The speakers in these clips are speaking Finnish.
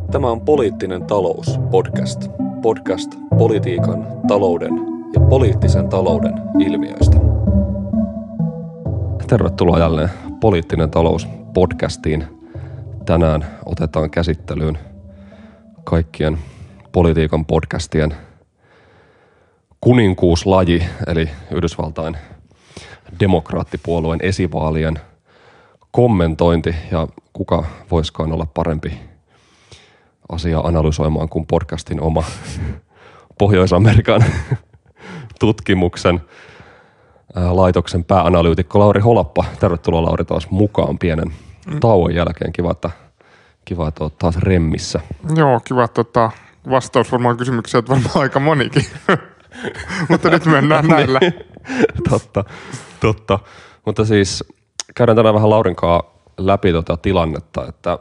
Tämä on Poliittinen talous podcast. Podcast politiikan, talouden ja poliittisen talouden ilmiöistä. Tervetuloa jälleen Poliittinen talous podcastiin. Tänään otetaan käsittelyyn kaikkien politiikan podcastien kuninkuuslaji, eli Yhdysvaltain demokraattipuolueen esivaalien kommentointi, ja kuka voiskaan olla parempi asiaa analysoimaan kuin podcastin oma Pohjois-Amerikan tutkimuksen laitoksen pääanalyytikko Lauri Holappa. Tervetuloa Lauri taas mukaan pienen tauon jälkeen. Kiva, että olet taas remmissä. Joo, kiva. Vastaus varmaan kysymykseen, että varmaan aika monikin. Mutta nyt mennään näillä. Totta. Mutta siis käydään tänään vähän Laurin kanssa läpi tilannetta, että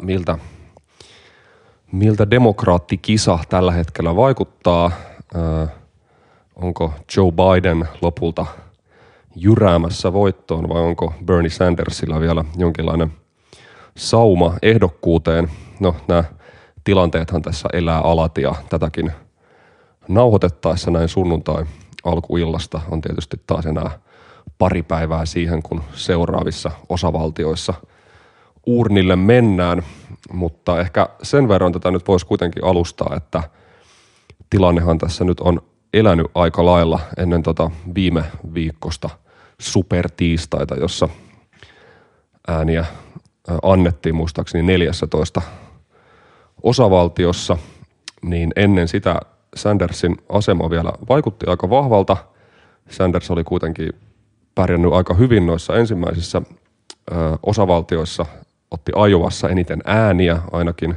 miltä demokraattikisa tällä hetkellä vaikuttaa. Onko Joe Biden lopulta jyräämässä voittoon vai onko Bernie Sandersilla vielä jonkinlainen sauma ehdokkuuteen? No, nämä tilanteethan tässä elää alati, ja tätäkin nauhoitettaessa näin sunnuntai alkuillasta on tietysti taas enää pari päivää siihen, kun seuraavissa osavaltioissa uurnille mennään, mutta ehkä sen verran tätä nyt voisi kuitenkin alustaa, että tilannehan tässä nyt on elänyt aika lailla ennen viime viikkosta supertiistaita, jossa ääniä annettiin muistaakseni 14 osavaltiossa, niin ennen sitä Sandersin asema vielä vaikutti aika vahvalta. Sanders oli kuitenkin pärjännyt aika hyvin noissa ensimmäisissä osavaltioissa, otti Iowassa eniten ääniä, ainakin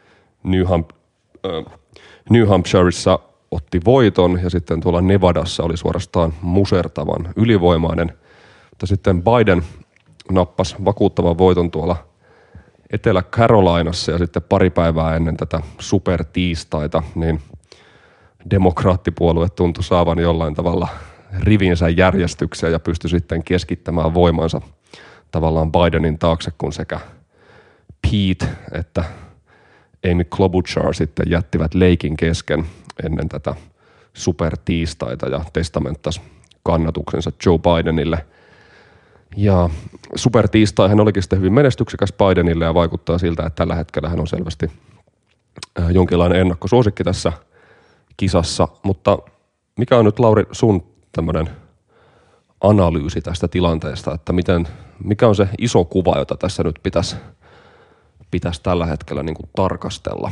New Hampshireissa otti voiton, ja sitten tuolla Nevadassa oli suorastaan musertavan ylivoimainen. Mutta sitten Biden nappasi vakuuttavan voiton tuolla Etelä-Carolinassa, ja sitten pari päivää ennen tätä supertiistaita, niin demokraattipuolue tuntui saavan jollain tavalla rivinsä järjestykseen ja pystyi sitten keskittämään voimansa tavallaan Bidenin taakse, kun sekä Pete että Amy Klobuchar sitten jättivät leikin kesken ennen tätä supertiistaita ja testamenttas kannatuksensa Joe Bidenille. Ja supertiistaihan olikin sitten hyvin menestyksekäs Bidenille, ja vaikuttaa siltä, että tällä hetkellä hän on selvästi jonkinlainen ennakkosuosikki tässä kisassa. Mutta mikä on nyt, Lauri, sun tämmöinen analyysi tästä tilanteesta, että mikä on se iso kuva, jota tässä nyt pitäisi tällä hetkellä niin kuin tarkastella?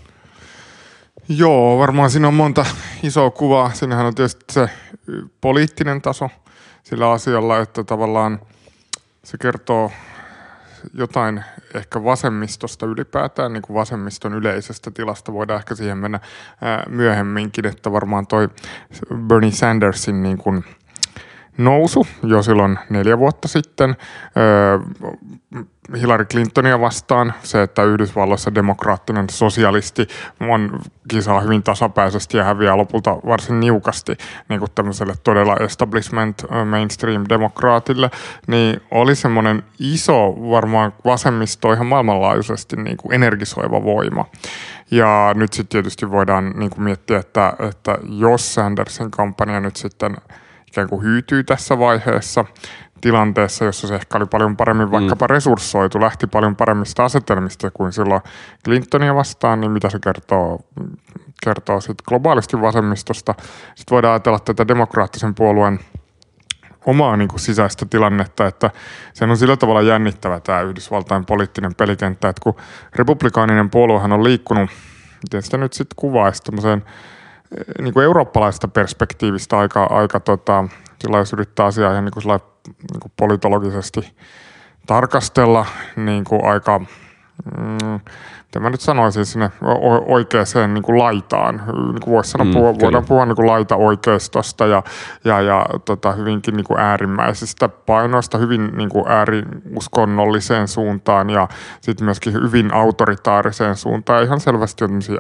Joo, varmaan siinä on monta isoa kuvaa. Siinähän on tietysti se poliittinen taso sillä asialla, että tavallaan se kertoo jotain ehkä vasemmistosta ylipäätään, niin kuin vasemmiston yleisestä tilasta. Voidaan ehkä siihen mennä myöhemminkin, että varmaan toi Bernie Sandersin niin kuin nousu jo silloin 4 vuotta sitten Hillary Clintonia vastaan. Se, että Yhdysvalloissa demokraattinen sosialisti kisaa hyvin tasapäisesti ja häviää lopulta varsin niukasti niin kuin tämmöiselle todella establishment mainstream-demokraatille, niin oli semmoinen iso varmaan vasemmisto ihan maailmanlaajuisesti niin kuin energisoiva voima. Ja nyt sitten tietysti voidaan niin kuin miettiä, että jos Sandersin kampanja nyt sitten ikään kuin hyytyy tässä vaiheessa tilanteessa, jossa se ehkä oli paljon paremmin vaikkapa resurssoitu, lähti paljon paremmista asetelmista kuin silloin Clintonia vastaan, niin mitä se kertoo sitten globaalisti vasemmistosta. Sitten voidaan ajatella tätä demokraattisen puolueen omaa niin kuin sisäistä tilannetta, että se on sillä tavalla jännittävä tämä Yhdysvaltain poliittinen pelikenttä, että kun republikaaninen puoluehan on liikkunut, miten sitä nyt sitten kuvaisi tämmöiseen niin kuin eurooppalaisesta perspektiivistä aika sillä jos yrittää asiaa ihan niin kuin politologisesti tarkastella niin kuin aika, miten mä nyt sanoisin, sinne oikeaan niin kuin laitaan. Niin kuin voisi sanoa, voidaan puhua niin kuin laita-oikeistosta ja hyvinkin niin kuin äärimmäisistä painoista, hyvin niin kuin ääriuskonnolliseen suuntaan ja sitten myöskin hyvin autoritaariseen suuntaan. Ihan selvästi on tämmöisiä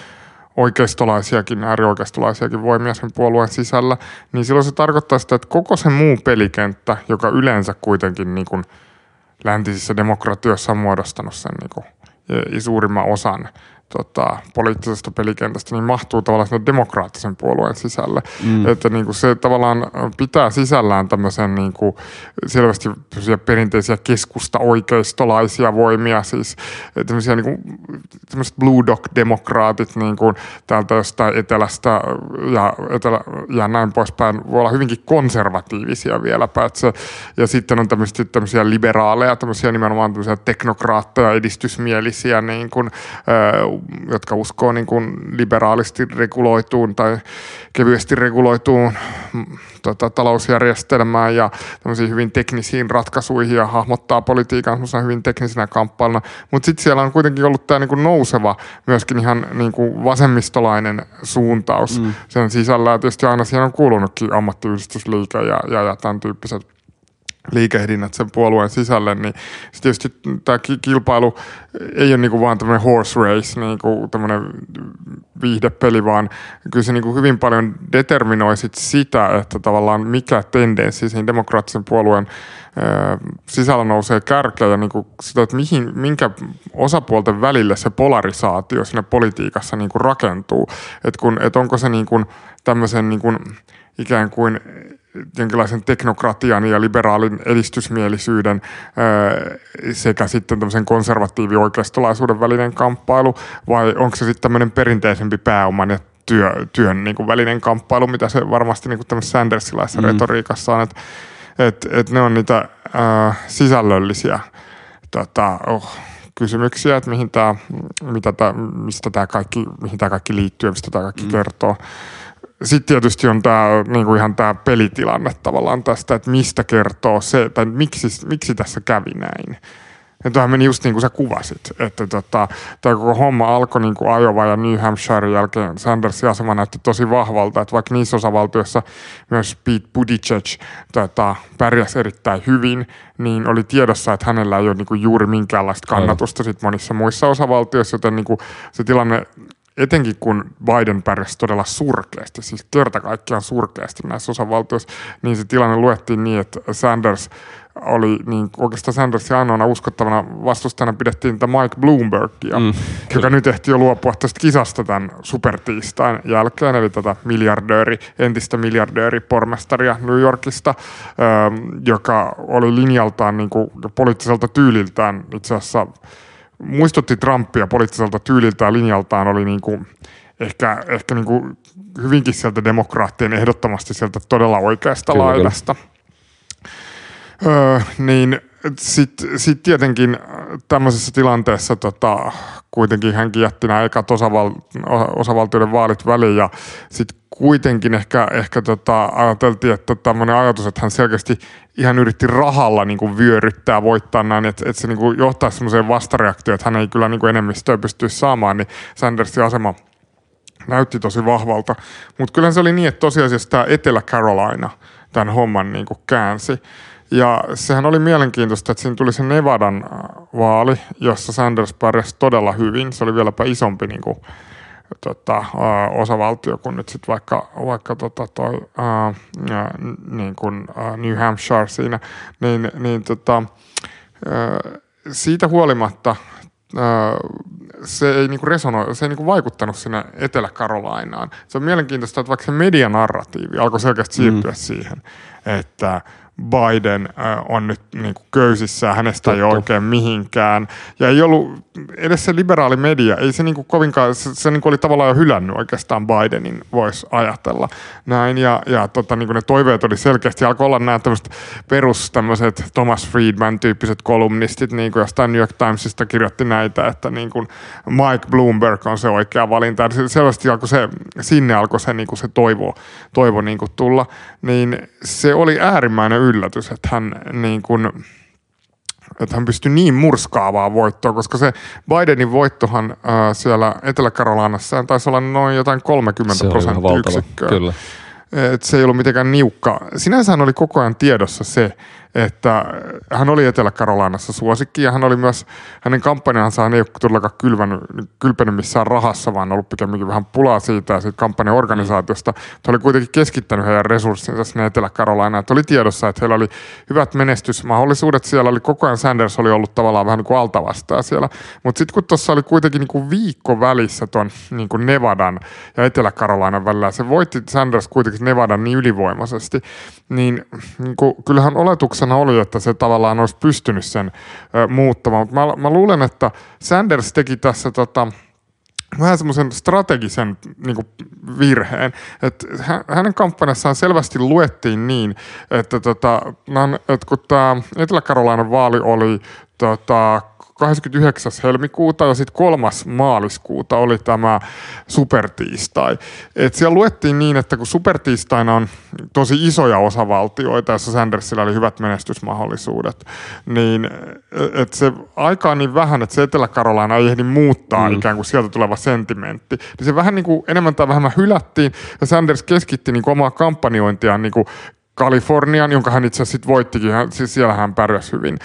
äärioikeistolaisiakin voimia sen puolueen sisällä, niin silloin se tarkoittaa sitä, että koko se muu pelikenttä, joka yleensä kuitenkin niin kuin läntisissä demokratioissa on muodostanut sen niin kuin suurimman osan poliittisesta pelikentästä, niin mahtuu tavallaan sinne demokraattisen puolueen sisälle. Että niin kuin se tavallaan pitää sisällään tämmöisen niin kuin selvästi perinteisiä keskusta-oikeistolaisia voimia, siis tämmöisiä niin kuin, tämmöiset Blue Dog-demokraatit niin kuin täältä jostain etelästä ja näin poispäin voi olla hyvinkin konservatiivisia vieläpä. Ja sitten on tämmöisiä liberaaleja, tämmöisiä nimenomaan tämmöisiä teknokraatteja, edistysmielisiä, niin kuin, jotka uskoo niin kuin liberaalisti reguloituun tai kevyesti reguloituun talousjärjestelmään ja tämmöisiin hyvin teknisiin ratkaisuihin ja hahmottaa politiikan hyvin teknisenä kamppailuna. Mutta sitten siellä on kuitenkin ollut tämä niin kuin nouseva, myöskin ihan niin kuin vasemmistolainen suuntaus sen sisällä. Ja tietysti aina siihen on kuulunutkin ammattiyhdistysliike ja tämän tyyppiset liikehdinnät sen puolueen sisälle, niin tietysti tämä kilpailu ei ole niinku vaan tämmöinen horse race, niinku tämmöinen viihdepeli, vaan kyllä se niinku hyvin paljon determinoi sitä, että tavallaan mikä tendenssi siinä demokraattisen puolueen sisällä nousee kärkeen ja niinku sitä, että minkä osapuolten välille se polarisaatio siinä politiikassa niinku rakentuu. Että onko se niinku tämmöisen niinku ikään kuin jonkinlaisen teknokratian ja liberaalin edistysmielisyyden sekä sitten tämmöisen konservatiivi-oikeistolaisuuden välinen kamppailu, vai onko se sitten tämmöinen perinteisempi pääoman ja työn niin kuin välinen kamppailu, mitä se varmasti niin kuin tämmöisessä Sandersilaisessa retoriikassa on, että ne on niitä sisällöllisiä kysymyksiä, että mihin tämä kaikki liittyy ja mistä tämä kaikki kertoo. Sitten tietysti on tämä niinku ihan tämä pelitilanne tavallaan tästä, että mistä kertoo se, tai miksi tässä kävi näin. Ja tuohan meni just niin kuin sä kuvasit, että tämä koko homma alkoi niin kuin Iowa ja New Hampshire jälkeen Sandersin asema näytti tosi vahvalta, että vaikka niissä osavaltioissa myös Pete Buttigieg pärjäsi erittäin hyvin, niin oli tiedossa, että hänellä ei ole niin kuin juuri minkäänlaista kannatusta sit monissa muissa osavaltioissa, joten niin kuin se tilanne etenkin kun Biden pärjäsi todella surkeasti, siis kerta kaikkiaan surkeasti näissä osavaltioissa, niin se tilanne luettiin niin, että Sanders oli niin oikeastaan Sandersin ainoana uskottavana vastustajana pidettiin tätä Mike Bloombergia, joka nyt ehti jo luopua tästä kisasta tämän supertiistain jälkeen, eli tätä entistä miljardööripormestaria New Yorkista, joka oli linjaltaan niin kuin poliittiselta tyyliltään itse asiassa muistutti Trumpia poliittiselta tyyliltään linjaltaan, oli niin kuin ehkä niin kuin hyvinkin sieltä demokraattien ehdottomasti sieltä todella oikeasta laidasta. Niin sitten tietenkin tämmöisessä tilanteessa kuitenkin hänkin jätti nämä ekat osavaltioiden vaalit väliin ja sitten kuitenkin ehkä ajateltiin, että tämmöinen ajatus, että hän selkeästi ihan yritti rahalla niin kuin vyöryttää, voittaa näin, että se niin kuin johtaa semmoiseen vastareaktioon, että hän ei kyllä niin kuin enemmistöä pystyisi saamaan, niin Sandersin asema näytti tosi vahvalta. Mutta kyllä se oli niin, että tosiasiassa tämä Etelä-Carolina tämän homman niin kuin käänsi. Ja sehän oli mielenkiintoista, että siinä tuli se Nevadan vaali, jossa Sanders pärjäsi todella hyvin. Se oli vieläpä isompi niin kuin, osavaltio kuin nyt sitten vaikka niin kuin, New Hampshire siinä. Siitä huolimatta se ei niinku resonoi, se ei niinku vaikuttanut sinne Etelä-Carolinaan. Se on mielenkiintoista, että vaikka se medianarratiivi alkoi selkeästi siirtyä siihen, että Biden on nyt niinku köysissä, hänestä ei oikein mihinkään. Ja ei ollut edes se liberaali media, ei se niinku kovinkaan, se niinku oli tavallaan jo hylännyt oikeastaan Bidenin, voisi ajatella näin. Ja niinku ne toiveet oli selkeästi, alkoi olla nämä tämmöiset tämmöiset Thomas Friedman-tyyppiset kolumnistit, niinku jostain New York Timesista kirjoitti näitä, että niinku Mike Bloomberg on se oikea valinta. Ja selvästi sinne alkoi se, niinku se toivo niinku tulla. Niin se oli äärimmäinen yllätys, että hän pystyi niin murskaavaan voittoon, koska se Bidenin voittohan siellä Etelä-Carolinassa taisi olla noin jotain 30% yksikköä. Kyllä. Et se ei ollut mitenkään niukka. Sinänsähän oli koko ajan tiedossa se, että hän oli Etelä-Carolinassa suosikki ja hän oli myös, hänen kampanjansa ei ole todellakaan kylpenyt missään rahassa, vaan ollut pikemminkin vähän pulaa siitä ja siitä kampanjaorganisaatiosta. Mutta oli kuitenkin keskittänyt heidän resurssinsa sinne Etelä-Carolinaan. Oli tiedossa, että heillä oli hyvät menestysmahdollisuudet. Siellä oli koko ajan Sanders oli ollut tavallaan vähän niin kuin altavastaa siellä. Mutta sitten kun tuossa oli kuitenkin niin kuin viikko välissä tuon niin kuin Nevadan ja Etelä-Carolinan välillä, se voitti Sanders kuitenkin Nevadan niin ylivoimaisesti, niin kyllähän oletuksena oli, että se tavallaan olisi pystynyt sen muuttamaan. Mutta mä luulen, että Sanders teki tässä vähän semmoisen strategisen niin kuin virheen, että hänen kampanjassaan selvästi luettiin niin, että kun tämä Etelä-Carolinan vaali oli 29. helmikuuta ja sitten 3. maaliskuuta oli tämä supertiistai. Et siellä luettiin niin, että kun supertiistaina on tosi isoja osavaltioita, joissa Sandersilla oli hyvät menestysmahdollisuudet, niin että se aikaa niin vähän, että se Etelä-Carolina ei ehdi muuttaa ikään kuin sieltä tuleva sentimentti. Niin se vähän niin kuin enemmän tai vähemmän hylättiin ja Sanders keskitti niin kuin omaa kampanjointiaan niin kuin Kalifornian, jonka hän itse asiassa voittikin, siis siellä hän pärjäsi hyvin.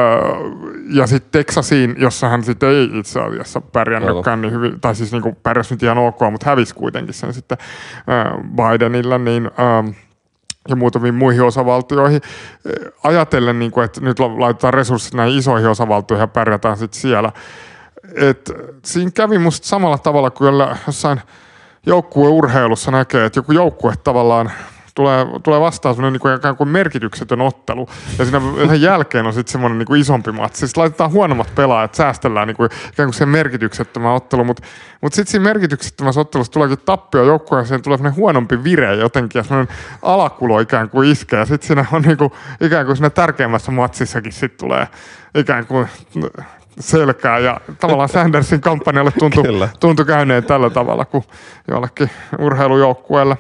Ja sitten Texasiin, jossa hän sitten ei itse asiassa pärjännytkään niin hyvin, tai siis niin pärjäsi nyt ihan ok, mutta hävisi kuitenkin sen sitten Bidenilla, niin ja muutamiin muihin osavaltioihin. Ajatellen, niin kuin, että nyt laitetaan resurssit näihin isoihin osavaltioihin ja pärjätään sitten siellä. Et siinä kävi musta samalla tavalla kuin jossain joukkueurheilussa näkee, että joku joukkue tavallaan tulee vastaan semmoinen niin ikään kuin merkityksetön ottelu. Ja siinä jälkeen on sitten semmoinen niin isompi matsi. Sitten laitetaan huonommat pelaajat, säästellään niin kuin, ikään kuin sen merkityksettömän ottelu. Mutta sitten siinä merkityksettömässä ottelussa tuleekin tappio joukkueen ja siihen tulee semmoinen huonompi vire jotenkin. Ja semmoinen alakulo ikään kuin iskee. Ja sitten siinä on niin kuin, ikään kuin siinä tärkeimmässä matsissakin sitten tulee ikään kuin selkää. Ja tavallaan Sandersin kampanjalle tuntui käyneen tällä tavalla kuin jollekin urheilujoukkueelle.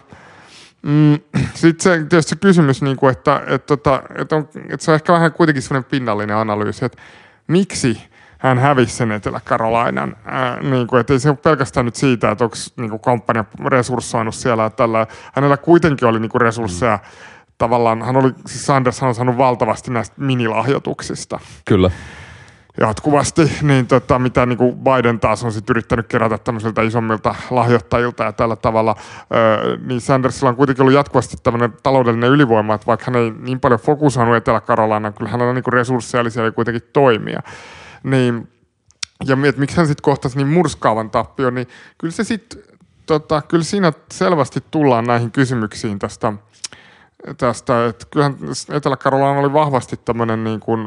Sitten se tietysti se kysymys, että se on ehkä vähän kuitenkin sellainen pinnallinen analyysi, että miksi hän hävisi sen Etelä-Carolinan. Että ei se ole pelkästään nyt siitä, että onko kampanja resurssoinut siellä. Ja tällä. Hänellä kuitenkin oli resursseja. Tavallaan Sanders on saanut valtavasti näistä minilahjoituksista. Kyllä. Jatkuvasti, niin mitä niin kuin Biden taas on sitten yrittänyt kerätä tämmöisiltä isommilta lahjoittajilta ja tällä tavalla, niin Sandersilla on kuitenkin ollut jatkuvasti tämmöinen taloudellinen ylivoima, että vaikka hän ei niin paljon fokusoinut Etelä-Carolinaan, kyllä hänellä on niin kuin resursseja, eli siellä ei kuitenkin toimia. Niin, ja miksi hän sitten kohtasi niin murskaavan tappion, niin kyllä se sitten, kyllä siinä selvästi tullaan näihin kysymyksiin tästä, että kyllähän Etelä-Carolina oli vahvasti tämmöinen niin kuin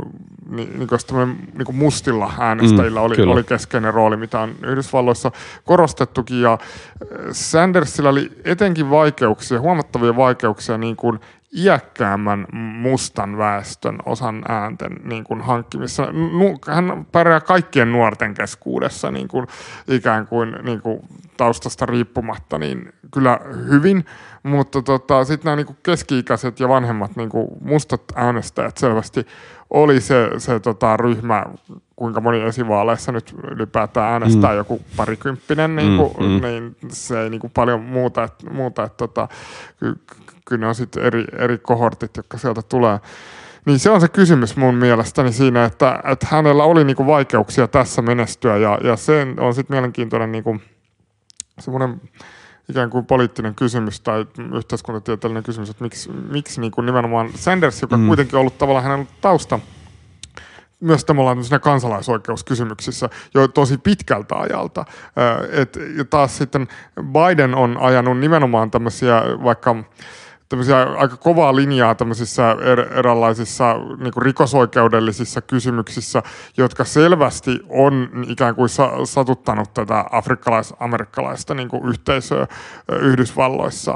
mustilla äänestäjillä oli keskeinen rooli, mitä on Yhdysvalloissa korostettukin, ja Sandersilla oli etenkin vaikeuksia, huomattavia vaikeuksia niin kuin iäkkäämmän mustan väestön osan äänten niin kuin hankkimissa. Hän pärjää kaikkien nuorten keskuudessa niin kuin, ikään kuin taustasta riippumatta niin kyllä hyvin, mutta sitten nämä niin keski-ikäiset ja vanhemmat niin mustat äänestäjät selvästi oli se ryhmä, kuinka moni esivaaleissa nyt ylipäätään äänestää joku parikymppinen, niin se ei niin paljon muuta että kyllä ne on sitten eri kohortit, jotka sieltä tulee. Niin se on se kysymys mun mielestäni siinä, että hänellä oli niinku vaikeuksia tässä menestyä ja se on sitten mielenkiintoinen niinku semmoinen ikään kuin poliittinen kysymys tai yhteiskuntatieteellinen kysymys, että miksi niinku nimenomaan Sanders, joka kuitenkin on ollut tavallaan hänen tausta, myös tavallaan kansalaisoikeuskysymyksissä jo tosi pitkältä ajalta. Ja taas sitten Biden on ajanut nimenomaan tämmöisiä aika kovaa linjaa tämmöisissä eräänlaisissa niin kuin rikosoikeudellisissa kysymyksissä, jotka selvästi on ikään kuin satuttanut tätä afrikkalais-amerikkalaista niin kuin yhteisöä Yhdysvalloissa.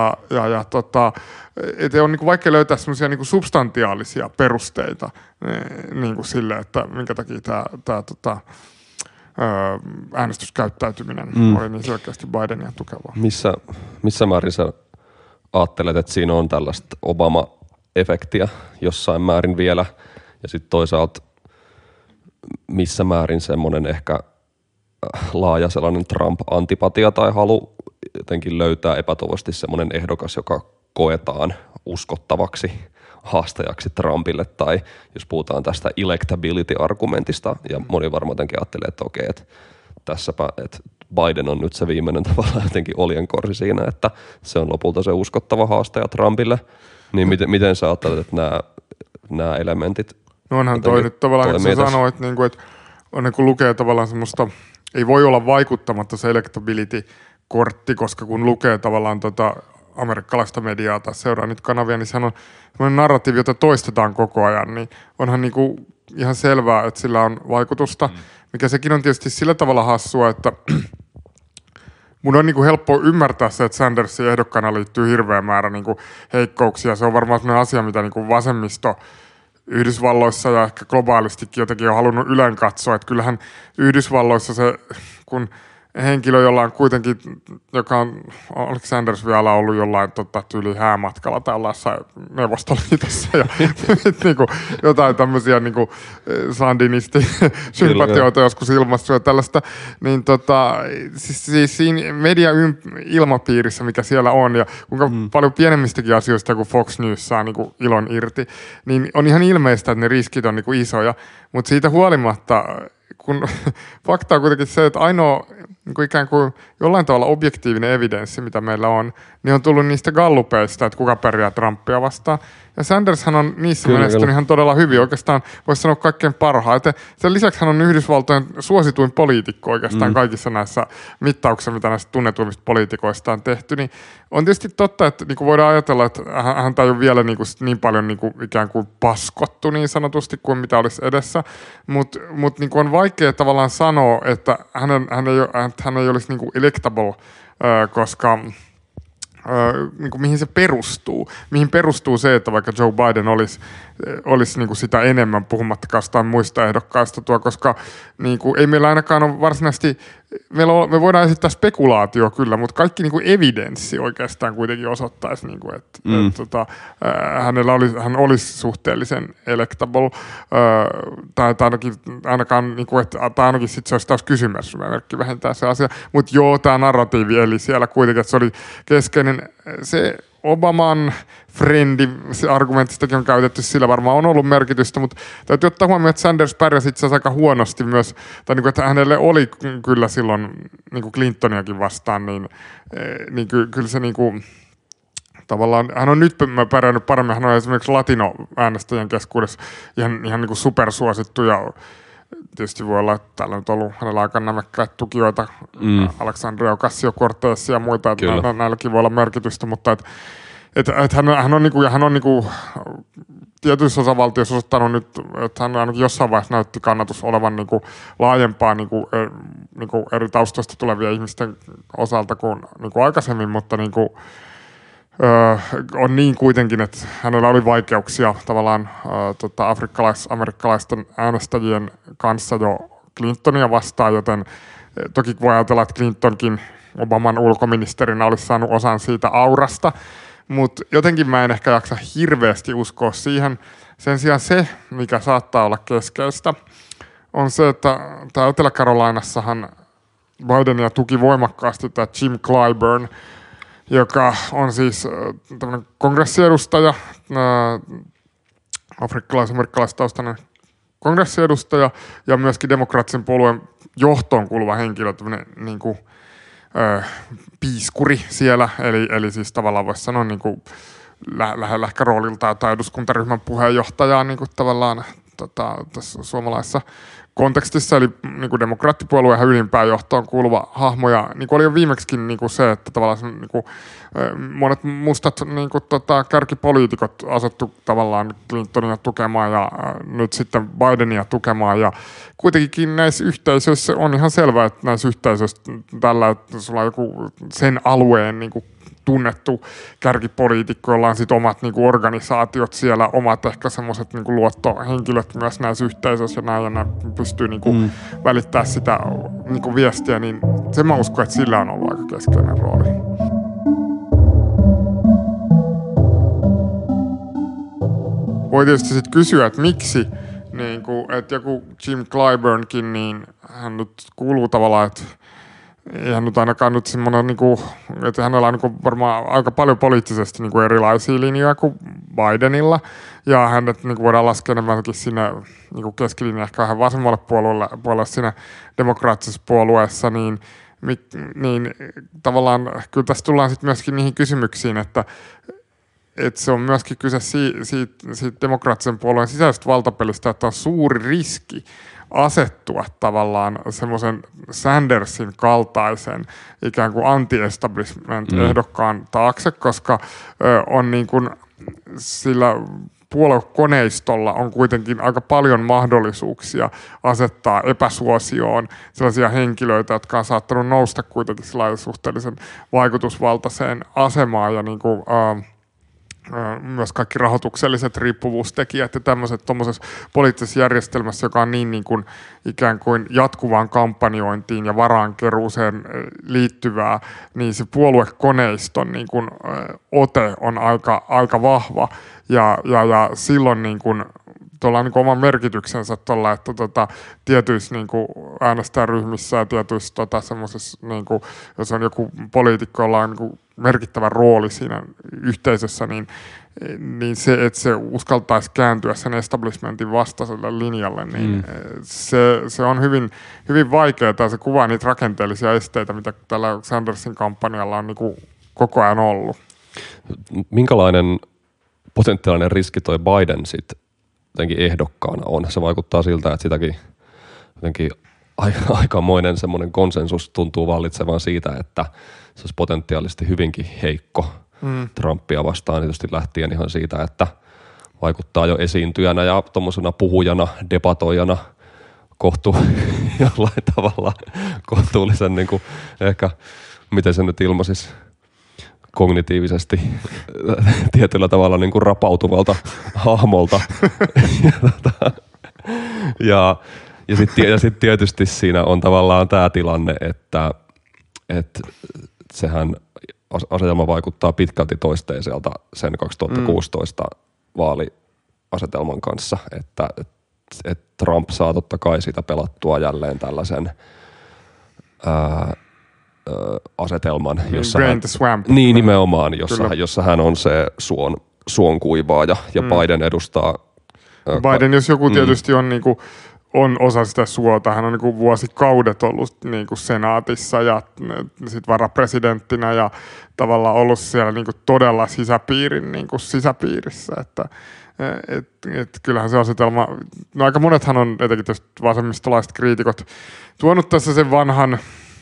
Että on niin kuin vaikea löytää semmoisia niin kuin substantiaalisia perusteita niin kuin sille, että minkä takia tämä äänestyskäyttäytyminen oli niin selkeästi Bidenia tukevaa. Missä määrin sä ajattelet, että siinä on tällaista Obama-efektiä jossain määrin vielä, ja sitten toisaalta missä määrin semmoinen ehkä laaja sellainen Trump-antipatia tai halu jotenkin löytää epätoivoisesti semmoinen ehdokas, joka koetaan uskottavaksi haastajaksi Trumpille, tai jos puhutaan tästä electability-argumentista, ja moni varmaan jotenkin ajattelee, että okei, että tässäpä, että Biden on nyt se viimeinen tavallaan jotenkin oljenkorsi siinä, että se on lopulta se uskottava haastaja Trumpille, niin miten sä ajattelet, että nämä elementit? No onhan toi nyt tavallaan, että sä sanoit, että on niin kuin lukee tavallaan semmoista, ei voi olla vaikuttamatta se electability-kortti, koska kun lukee tavallaan amerikkalaista mediaa tai seuraa nyt kanavia, niin sehän on semmoinen narratiivi, jota toistetaan koko ajan, niin onhan niin kuin ihan selvää, että sillä on vaikutusta, mikä sekin on tietysti sillä tavalla hassua, että mun on niin kuin helppo ymmärtää se, että Sandersin ehdokkaana liittyy hirveä määrä niin kuin heikkouksia. Se on varmaan sellainen asia, mitä niin kuin vasemmisto Yhdysvalloissa ja ehkä globaalistikin jotenkin on halunnut yleen katsoa. Että kyllähän Yhdysvalloissa se, kun henkilö, jolla on kuitenkin, joka on Sanders vielä ollut jollain tyyli häämatkalla tai jossain Neuvostoliitossa ja niin kuin, jotain tämmöisiä niin kuin sandinisti-sympatioita joskus ilmastu ja tällaista, niin siis siinä media-ilmapiirissä, mikä siellä on ja kuinka paljon pienemmistäkin asioista, kun Fox News saa niin kuin ilon irti, niin on ihan ilmeistä, että ne riskit on niin kuin isoja, mutta siitä huolimatta kun fakta on kuitenkin se, että ainoa niin kuin ikään kuin jollain tavalla objektiivinen evidenssi, mitä meillä on, niin on tullut niistä gallupeista, että kuka pärjää Trumpia vastaan. Ja Sandershan on niissä menestynyt ihan todella hyvin, oikeastaan voisi sanoa kaikkein parhaiten. Sen lisäksi hän on Yhdysvaltojen suosituin poliitikko oikeastaan kaikissa näissä mittauksissa, mitä näistä tunnetuimmista poliitikoista on tehty. Niin on tietysti totta, että niin kuin voidaan ajatella, että häntä ei ole vielä niin paljon niin kuin ikään kuin paskottu niin sanotusti kuin mitä olisi edessä, mutta niin kuin on vaikea tavallaan sanoa, että hän ei olisi niin kuin electable, koska niin kuin mihin se perustuu. Mihin perustuu se, että vaikka Joe Biden olisi niin kuin sitä enemmän puhumattakaan jostain muista ehdokkaista koska niin kuin, ei meillä ainakaan ole varsinaisesti, me voidaan esittää spekulaatio kyllä, mutta kaikki niin kuin evidenssi oikeastaan kuitenkin osoittaisi, niin kuin, että hän olisi suhteellisen electable, tai ainakaan, niin kuin, tai ainakin sitten se olisi taas kysymysmerkki vähentää se asia, mutta joo, tämä narratiivi eli siellä kuitenkin, että se oli keskeinen, se Obaman frendi, se argumentistakin on käytetty, sillä varmaan on ollut merkitystä, mutta täytyy ottaa huomioon, että Sanders pärjäsi itse asiassa aika huonosti myös, tai niin kuin, että hänelle oli kyllä silloin niin kuin Clintoniakin vastaan, niin kyllä se niin kuin, tavallaan, hän on nyt pärjännyt paremmin, hän on esimerkiksi latino-äänestäjien keskuudessa ihan niin kuin supersuosittu ja tietysti voi olla, että täällä on nyt ollut hänellä aika nämäkkäitä tukijoita, Alexandria Ocasio-Cortez ja muita, että näilläkin voi olla merkitystä, mutta hän on niinku tietyissä osavaltioissa osoittanut nyt, että hän ainakin jossain vaiheessa näytti kannatus olevan niinku laajempaa niinku eri taustoista tulevien ihmisten osalta kuin niinku aikaisemmin, mutta niinku on niin kuitenkin, että hänellä oli vaikeuksia tavallaan afrikkalais-amerikkalaisten äänestäjien kanssa jo Clintonia vastaan, joten toki voi ajatella, että Clintonkin Obaman ulkoministerinä olisi saanut osan siitä aurasta, mutta jotenkin mä en ehkä jaksa hirveästi uskoa siihen. Sen sijaan se, mikä saattaa olla keskeistä, on se, että täällä Etelä-Carolinassahan Bidenia tuki voimakkaasti tämä Jim Clyburn, joka on siis tämmöinen kongressiedustaja, afrikkalais-amerikkalaistaustainen kongressiedustaja ja myöskin demokraattisen puolueen johtoon kuuluva henkilö, tämmöinen niin kuin, piiskuri siellä, eli siis tavallaan voisi sanoa niin kuin lähellä roolilta tai eduskuntaryhmän puheenjohtajaa niin kuin tavallaan tässä suomalaisessa kontekstissa, eli niin kuin demokraattipuolueen ylimpään johtoon kuuluva hahmo, ja niin kuin oli jo viimeksikin niin kuin se, että tavallaan niin kuin, monet mustat niin kuin, kärkipoliitikot asettu tavallaan Clintonia tukemaan ja nyt sitten Bidenia tukemaan, ja kuitenkin näissä yhteisöissä on ihan selvää, että näissä yhteisöissä tällä, että sulla on joku sen alueen niin kuin tunnettu kärkipoliitikko, jolla on sitten omat niinku organisaatiot siellä, omat ehkä semmoiset niinku luottohenkilöt myös näissä yhteisöissä ja näin, ja ne pystyy niinku välittää sitä niinku viestiä, niin sen mä uskon, että sillä on ollut aika keskeinen rooli. Voi tietysti sitten kysyä, että miksi, niinku, että joku Jim Clyburnkin, niin hän nyt kuuluu tavallaan, että eihän nyt ainakaan nyt semmoinen, niin kuin, että hänellä on niin kuin varmaan aika paljon poliittisesti niin kuin erilaisia linjoja kuin Bidenilla, ja hänet niin kuin voidaan laskea enemmänkin sinne niin keskilinja ehkä vähän vasemmalle puolelle siinä demokraattisessa puolueessa, niin tavallaan kyllä tässä tullaan sitten myöskin niihin kysymyksiin, että se on myöskin kyse siitä demokraattisen puolueen sisäisestä valtapelistä, että on suuri riski asettua tavallaan semmoisen Sandersin kaltaisen ikään kuin anti-establishment-ehdokkaan taakse, koska on niin kuin sillä puoluekoneistolla on kuitenkin aika paljon mahdollisuuksia asettaa epäsuosioon sellaisia henkilöitä, jotka on saattanut nousta kuitenkin suhteellisen vaikutusvaltaiseen asemaan ja niin kuin, myös kaikki rahoitukselliset riippuvuustekijät ja tämmöiset tuommoisessa poliittisessa järjestelmässä, joka on niin kuin ikään kuin jatkuvaan kampanjointiin ja varaankeruuseen liittyvää, niin se puoluekoneiston niin kuin ote on aika vahva ja silloin niin kuin tuolla on niin oman merkityksensä tuolla, että tietyissä niin äänestäjäryhmissä ja tietyissä semmoisessa, niin jos on joku poliitikko, jolla on niin merkittävä rooli siinä yhteisössä, niin se, että se uskaltaisi kääntyä sen establishmentin vastaiselle linjalle, niin se on hyvin, hyvin vaikeaa ja se kuvaa niitä rakenteellisia esteitä, mitä tällä Sandersin kampanjalla on niin kuin koko ajan ollut. Minkälainen potentiaalinen riski toi Biden sitten jotenkin ehdokkaana on? Se vaikuttaa siltä, että sitäkin jotenkin aikamoinen semmoinen konsensus tuntuu vallitsevan siitä, että se olisi potentiaalisesti hyvinkin heikko Trumpia vastaan, tietysti lähtien ihan siitä, että vaikuttaa jo esiintyjänä ja tuommoisena puhujana, debatoijana jollain tavalla kohtuullisen niin kuin ehkä, miten se nyt ilmaisisi, kognitiivisesti tietyllä tavalla niin kuin rapautuvalta hahmolta. ja sitten tietysti siinä on tavallaan tämä tilanne, että sehän asetelma vaikuttaa pitkälti toisteiselta sen 2016 vaaliasetelman kanssa, että Trump saa totta kai siitä pelattua jälleen tällaisen asetelman, jossa niin nimenomaan, jossa hän on se suon kuivaaja ja Biden edustaa. Biden, jos joku tietysti on niinku on osa sitä suota. Hän on niinku vuosikaudet ollut niinku senaatissa ja sit varapresidenttinä ja tavallaan ollut siellä niinku todella sisäpiirissä, että kyllähän se asetelma, no aika monethan on etenkin tästä vasemmistolaiset kriitikot tuonut tässä sen vanhan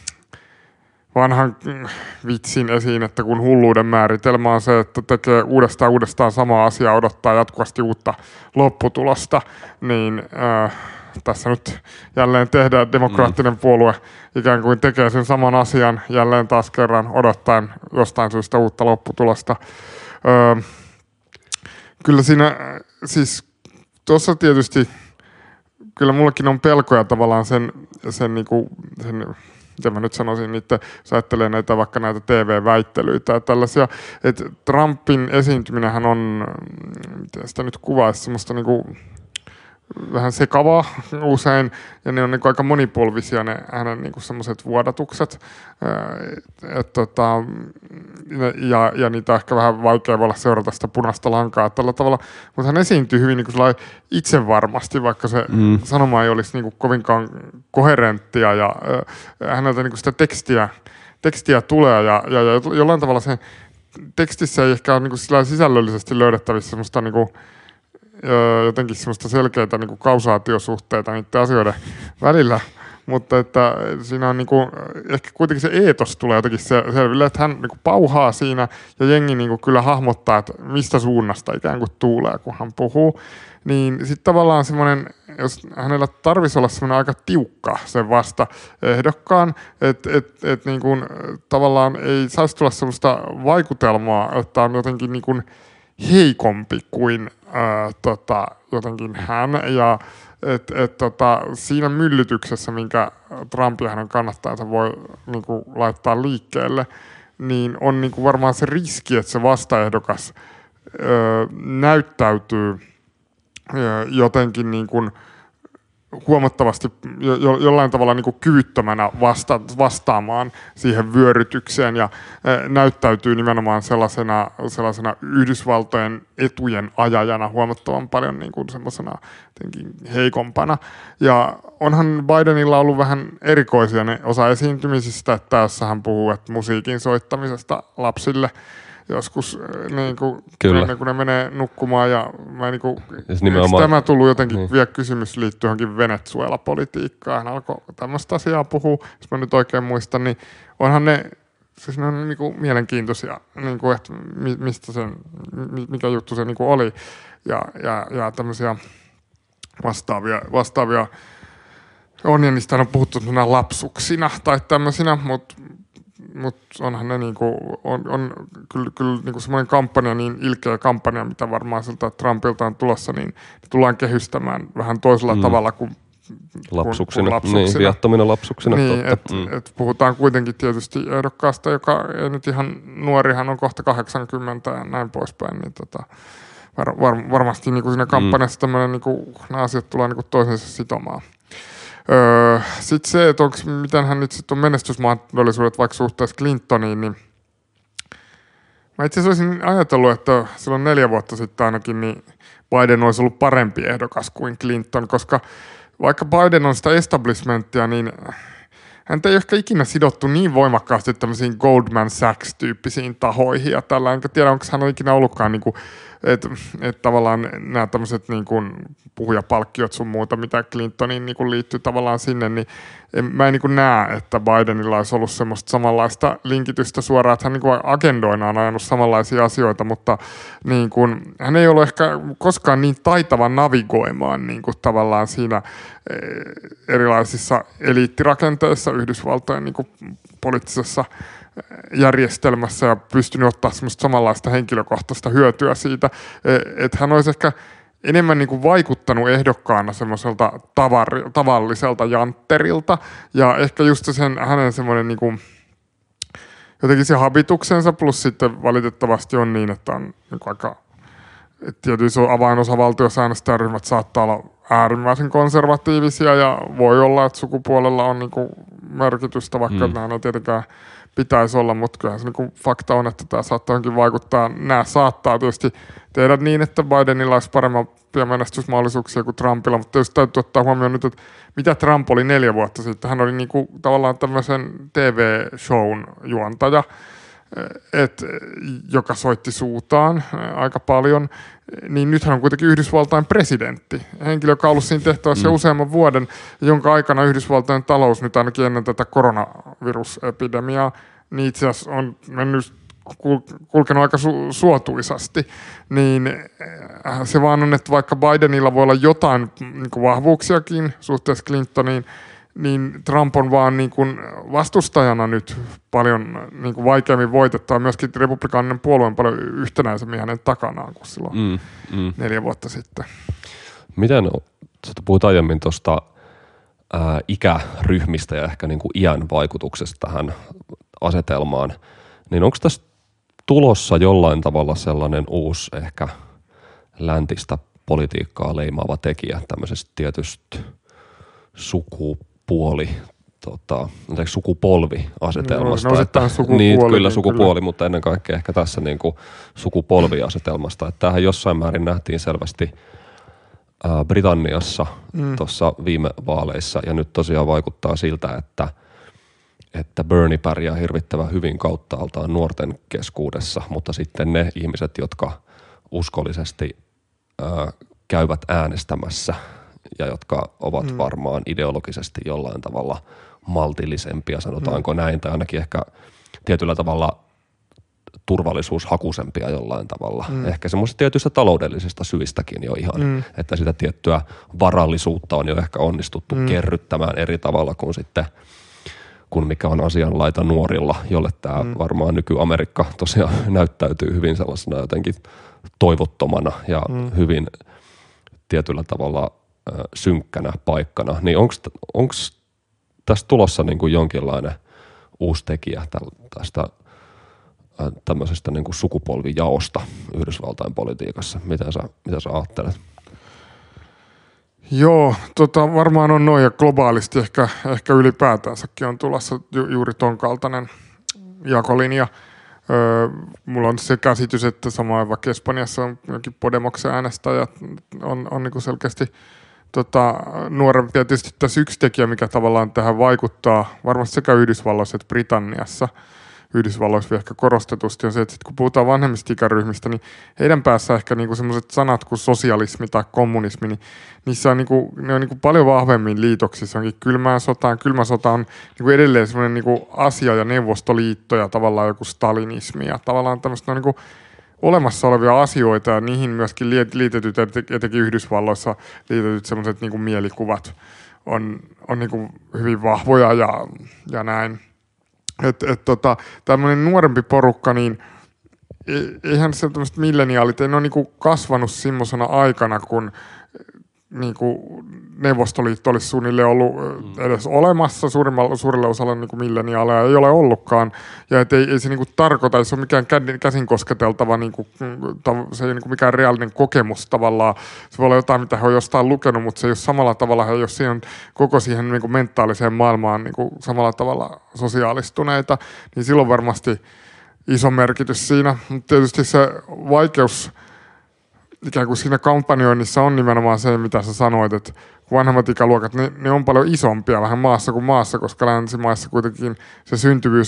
vitsin esiin, että kun hulluuden määritelmä on se, että tekee uudestaan samaa asiaa, odottaa jatkuvasti uutta lopputulosta, niin tässä nyt jälleen tehdään demokraattinen puolue ikään kuin tekee sen saman asian jälleen taas kerran odottaen jostain syystä uutta lopputulosta. Kyllä siinä siis tuossa tietysti kyllä mullakin on pelkoja tavallaan sen miten mä nyt sanoisin, että jos ajattelee vaikka näitä TV-väittelyitä ja tällaisia, että Trumpin esiintyminenhän on, miten sitä nyt kuvaisi, semmoista niinku vähän sekavaa usein, ja ne on niinku aika monipolvisia ne hänen niinku semmoiset vuodatukset, ja niitä on ehkä vähän vaikea olla seurata sitä punaista lankaa tällä tavalla, mutta hän esiintyy hyvin niinku itsevarmasti, vaikka se sanoma ei olisi niinku kovinkaan koherenttia, ja häneltä niinku sitä tekstiä tulee, ja jollain tavalla se tekstissä ei ehkä ole niinku sisällöllisesti löydettävissä semmoista niinku jotenkin semmoista selkeitä niin kuin kausaatiosuhteita niiden asioiden välillä, mutta että siinä on niin kuin, ehkä kuitenkin se eetos tulee jotenkin selville, että hän niin kuin pauhaa siinä ja jengi niin kuin kyllä hahmottaa, että mistä suunnasta ikään kuin tuulee, kun hän puhuu, niin sitten tavallaan semmoinen, jos hänellä tarvitsisi olla semmoinen aika tiukka sen vasta ehdokkaan, että niin kuin tavallaan ei saisi tulla semmoista vaikutelmaa, että on jotenkin niin kuin heikompi kuin jotenkin hän, ja siinä myllytyksessä, minkä Trump ja hänen kannattajansa voi niinku laittaa liikkeelle, niin on niinku varmaan se riski, että se vastaehdokas näyttäytyy jotenkin niinku huomattavasti jollain tavalla niin kuin kyvyttömänä vastaamaan siihen vyörytykseen ja näyttäytyy nimenomaan sellaisena Yhdysvaltojen etujen ajajana huomattavan paljon niin kuin semmoisena heikompana. Ja onhan Bidenilla ollut vähän erikoisia ne osa esiintymisistä, että tässä hän puhuu, että musiikin soittamisesta lapsille joskus ennen kuin ne menee nukkumaan ja mä tämä tullut jotenkin vielä kysymys liittyy johonkin Venezuela-politiikkaan. Hän alkoi tämmöistä asiaa puhua, jos mä nyt oikein muistan, niin onhan ne, siis ne on mielenkiintoisia, että mistä sen, mikä juttu se oli ja tämmöisiä vastaavia on ja niistä on puhuttu lapsuksina tai tämmöisinä, mutta onhan ne on kyllä semmoinen kampanja, niin ilkeä kampanja, mitä varmaan siltä Trumpilta on tulossa, niin tullaan kehystämään vähän toisella tavalla kuin lapsuksina. Niin, viattomina lapsuksina. Niin, et puhutaan kuitenkin tietysti ehdokkaasta, joka ei nyt ihan nuori, hän on kohta 80 ja näin poispäin, niin varmasti siinä kampanjassa tämmöinen, nämä asiat tullaan toisensa sitomaan. Sitten se, että miten hän nyt sitten on menestysmahdollisuudet vaikka suhteessa Clintoniin, niin mä itse asiassa olisin ajatellut, että silloin 4 vuotta sitten ainakin, niin Biden olisi ollut parempi ehdokas kuin Clinton, koska vaikka Biden on sitä establishmenttia, niin häntä ei ehkä ikinä sidottu niin voimakkaasti tämmöisiin Goldman Sachs-tyyppisiin tahoihin ja tällä, enkä tiedä, onko hän ikinä ollutkaan että tavallaan nämä tämmöiset puhujapalkkiot sun muuta, mitä Clintoniin liittyy tavallaan sinne, niin mä en näe, että Bidenilla olisi ollut semmoista samanlaista linkitystä suoraan, että hän agendoina on ajanut samanlaisia asioita, mutta hän ei ollut ehkä koskaan niin taitava navigoimaan tavallaan siinä erilaisissa eliittirakenteissa Yhdysvaltojen poliittisessa järjestelmässä ja pystynyt ottaa semmoista samanlaista henkilökohtaista hyötyä siitä, että hän olisi ehkä enemmän vaikuttanut ehdokkaana semmoiselta tavalliselta jantterilta ja ehkä just hänen semmoinen jotenkin se habituksensa plus sitten valitettavasti on niin, että on aika tietysti avainosavaltiosäännöstäjäryhmät saattaa olla äärimmäisen konservatiivisia ja voi olla, että sukupuolella on merkitystä, vaikka nämä ei tietenkään pitäisi olla, mutta kyllähän se fakta on, että tämä saattaa vaikuttaa. Nämä saattaa tietysti tehdä niin, että Bidenilla olisi parempia menestysmahdollisuuksia kuin Trumpilla, mutta tietysti täytyy ottaa huomioon nyt, että mitä Trump oli 4 vuotta sitten. Hän oli tavallaan tämmöisen TV-shown juontaja, joka soitti suutaan aika paljon, niin nythän on kuitenkin Yhdysvaltain presidentti. Henkilö, joka on ollut siinä tehtävässä useamman vuoden, jonka aikana Yhdysvaltain talous nyt ainakin ennen tätä koronavirusepidemiaa, niin itse asiassa on mennyt kulkenut aika suotuisasti, niin se vaan on, että vaikka Bidenilla voi olla jotain vahvuuksiakin suhteessa Clintoniin, niin Trump on vaan vastustajana nyt paljon vaikeammin voitettava. Myöskin republikaaninen puolue on paljon yhtenäisemmin hänen takanaan kuin silloin 4 vuotta sitten. Miten, puhuit aiemmin tuosta ikäryhmistä ja ehkä iän vaikutuksesta tähän asetelmaan, niin onko tässä tulossa jollain tavalla sellainen uusi ehkä läntistä politiikkaa leimaava tekijä tämmöisestä tietystä sukupolviasetelmasta. Niin, kyllä sukupuoli, mutta ennen kaikkea ehkä tässä sukupolviasetelmasta. Että tämähän jossain määrin nähtiin selvästi Britanniassa tuossa viime vaaleissa ja nyt tosiaan vaikuttaa siltä, että Bernie pärjää hirvittävän hyvin kauttaaltaan nuorten keskuudessa, mutta sitten ne ihmiset, jotka uskollisesti käyvät äänestämässä ja jotka ovat varmaan ideologisesti jollain tavalla maltillisempia, sanotaanko näin, tai ainakin ehkä tietyllä tavalla turvallisuushakusempia jollain tavalla. Ehkä semmoisista tietyistä taloudellisista syistäkin jo ihan, että sitä tiettyä varallisuutta on jo ehkä onnistuttu kerryttämään eri tavalla kuin sitten kuin mikä on asianlaita nuorilla, jolle tämä varmaan nyky-Amerikka tosiaan näyttäytyy hyvin sellaisena jotenkin toivottomana ja hyvin tietyllä tavalla synkkänä paikkana. Niin onko tässä tulossa jonkinlainen uusi tekijä tästä tämmöisestä sukupolvijaosta Yhdysvaltain politiikassa? Mitä sä ajattelet? Joo, varmaan on noin ja globaalisti ehkä ylipäätänsäkin on tulossa juuri ton kaltainen jakolinja. Mulla on se käsitys, että samoin vaikka Espanjassa on jokin Podemoksen äänestäjät on niin kuin selkeästi nuorempi. Tietysti tässä yksi tekijä, mikä tavallaan tähän vaikuttaa, varmasti sekä Yhdysvalloissa että Britanniassa, Yhdysvalloissa ehkä korostetusti on se, että kun puhutaan vanhemmista ikäryhmistä, niin heidän päässä ehkä niinku sellaiset sanat kuin sosialismi tai kommunismi, niin niissä on ne on niinku paljon vahvemmin liitoksissa. Onkin kylmä sota on niinku edelleen sellainen niinku asia ja Neuvostoliitto ja tavallaan joku stalinismi ja tavallaan tämmöistä on niinku olemassa olevia asioita ja niihin myöskin liitetyt, etenkin Yhdysvalloissa liitetyt sellaiset niinku mielikuvat on niinku hyvin vahvoja ja näin. Tämmöinen nuorempi porukka, niin eihän se tämmöiset milleniaalit, ei ne ole niinku kasvanut semmoisena aikana, kun niinku Neuvostoliitto olisi suunnilleen ollut edes olemassa, suurelle osalle niinku milleniaaleja ei ole ollutkaan, ja ei se niinku tarkoita, ei se ole mikään käsin kosketeltava, niinku, se ei ole niinku mikään reaalinen kokemus tavallaan, se voi olla jotain, mitä he on jostain lukenut, mutta se ei ole samalla tavalla, he ei ole siihen, koko siihen niinku mentaaliseen maailmaan niinku samalla tavalla sosiaalistuneita, niin silloin varmasti iso merkitys siinä, mutta tietysti se vaikeus ikään kuin siinä kampanjoinnissa on nimenomaan se, mitä sä sanoit, että vanhemmat ikäluokat, ne on paljon isompia vähän maassa kuin maassa, koska länsimaissa kuitenkin se syntyvyys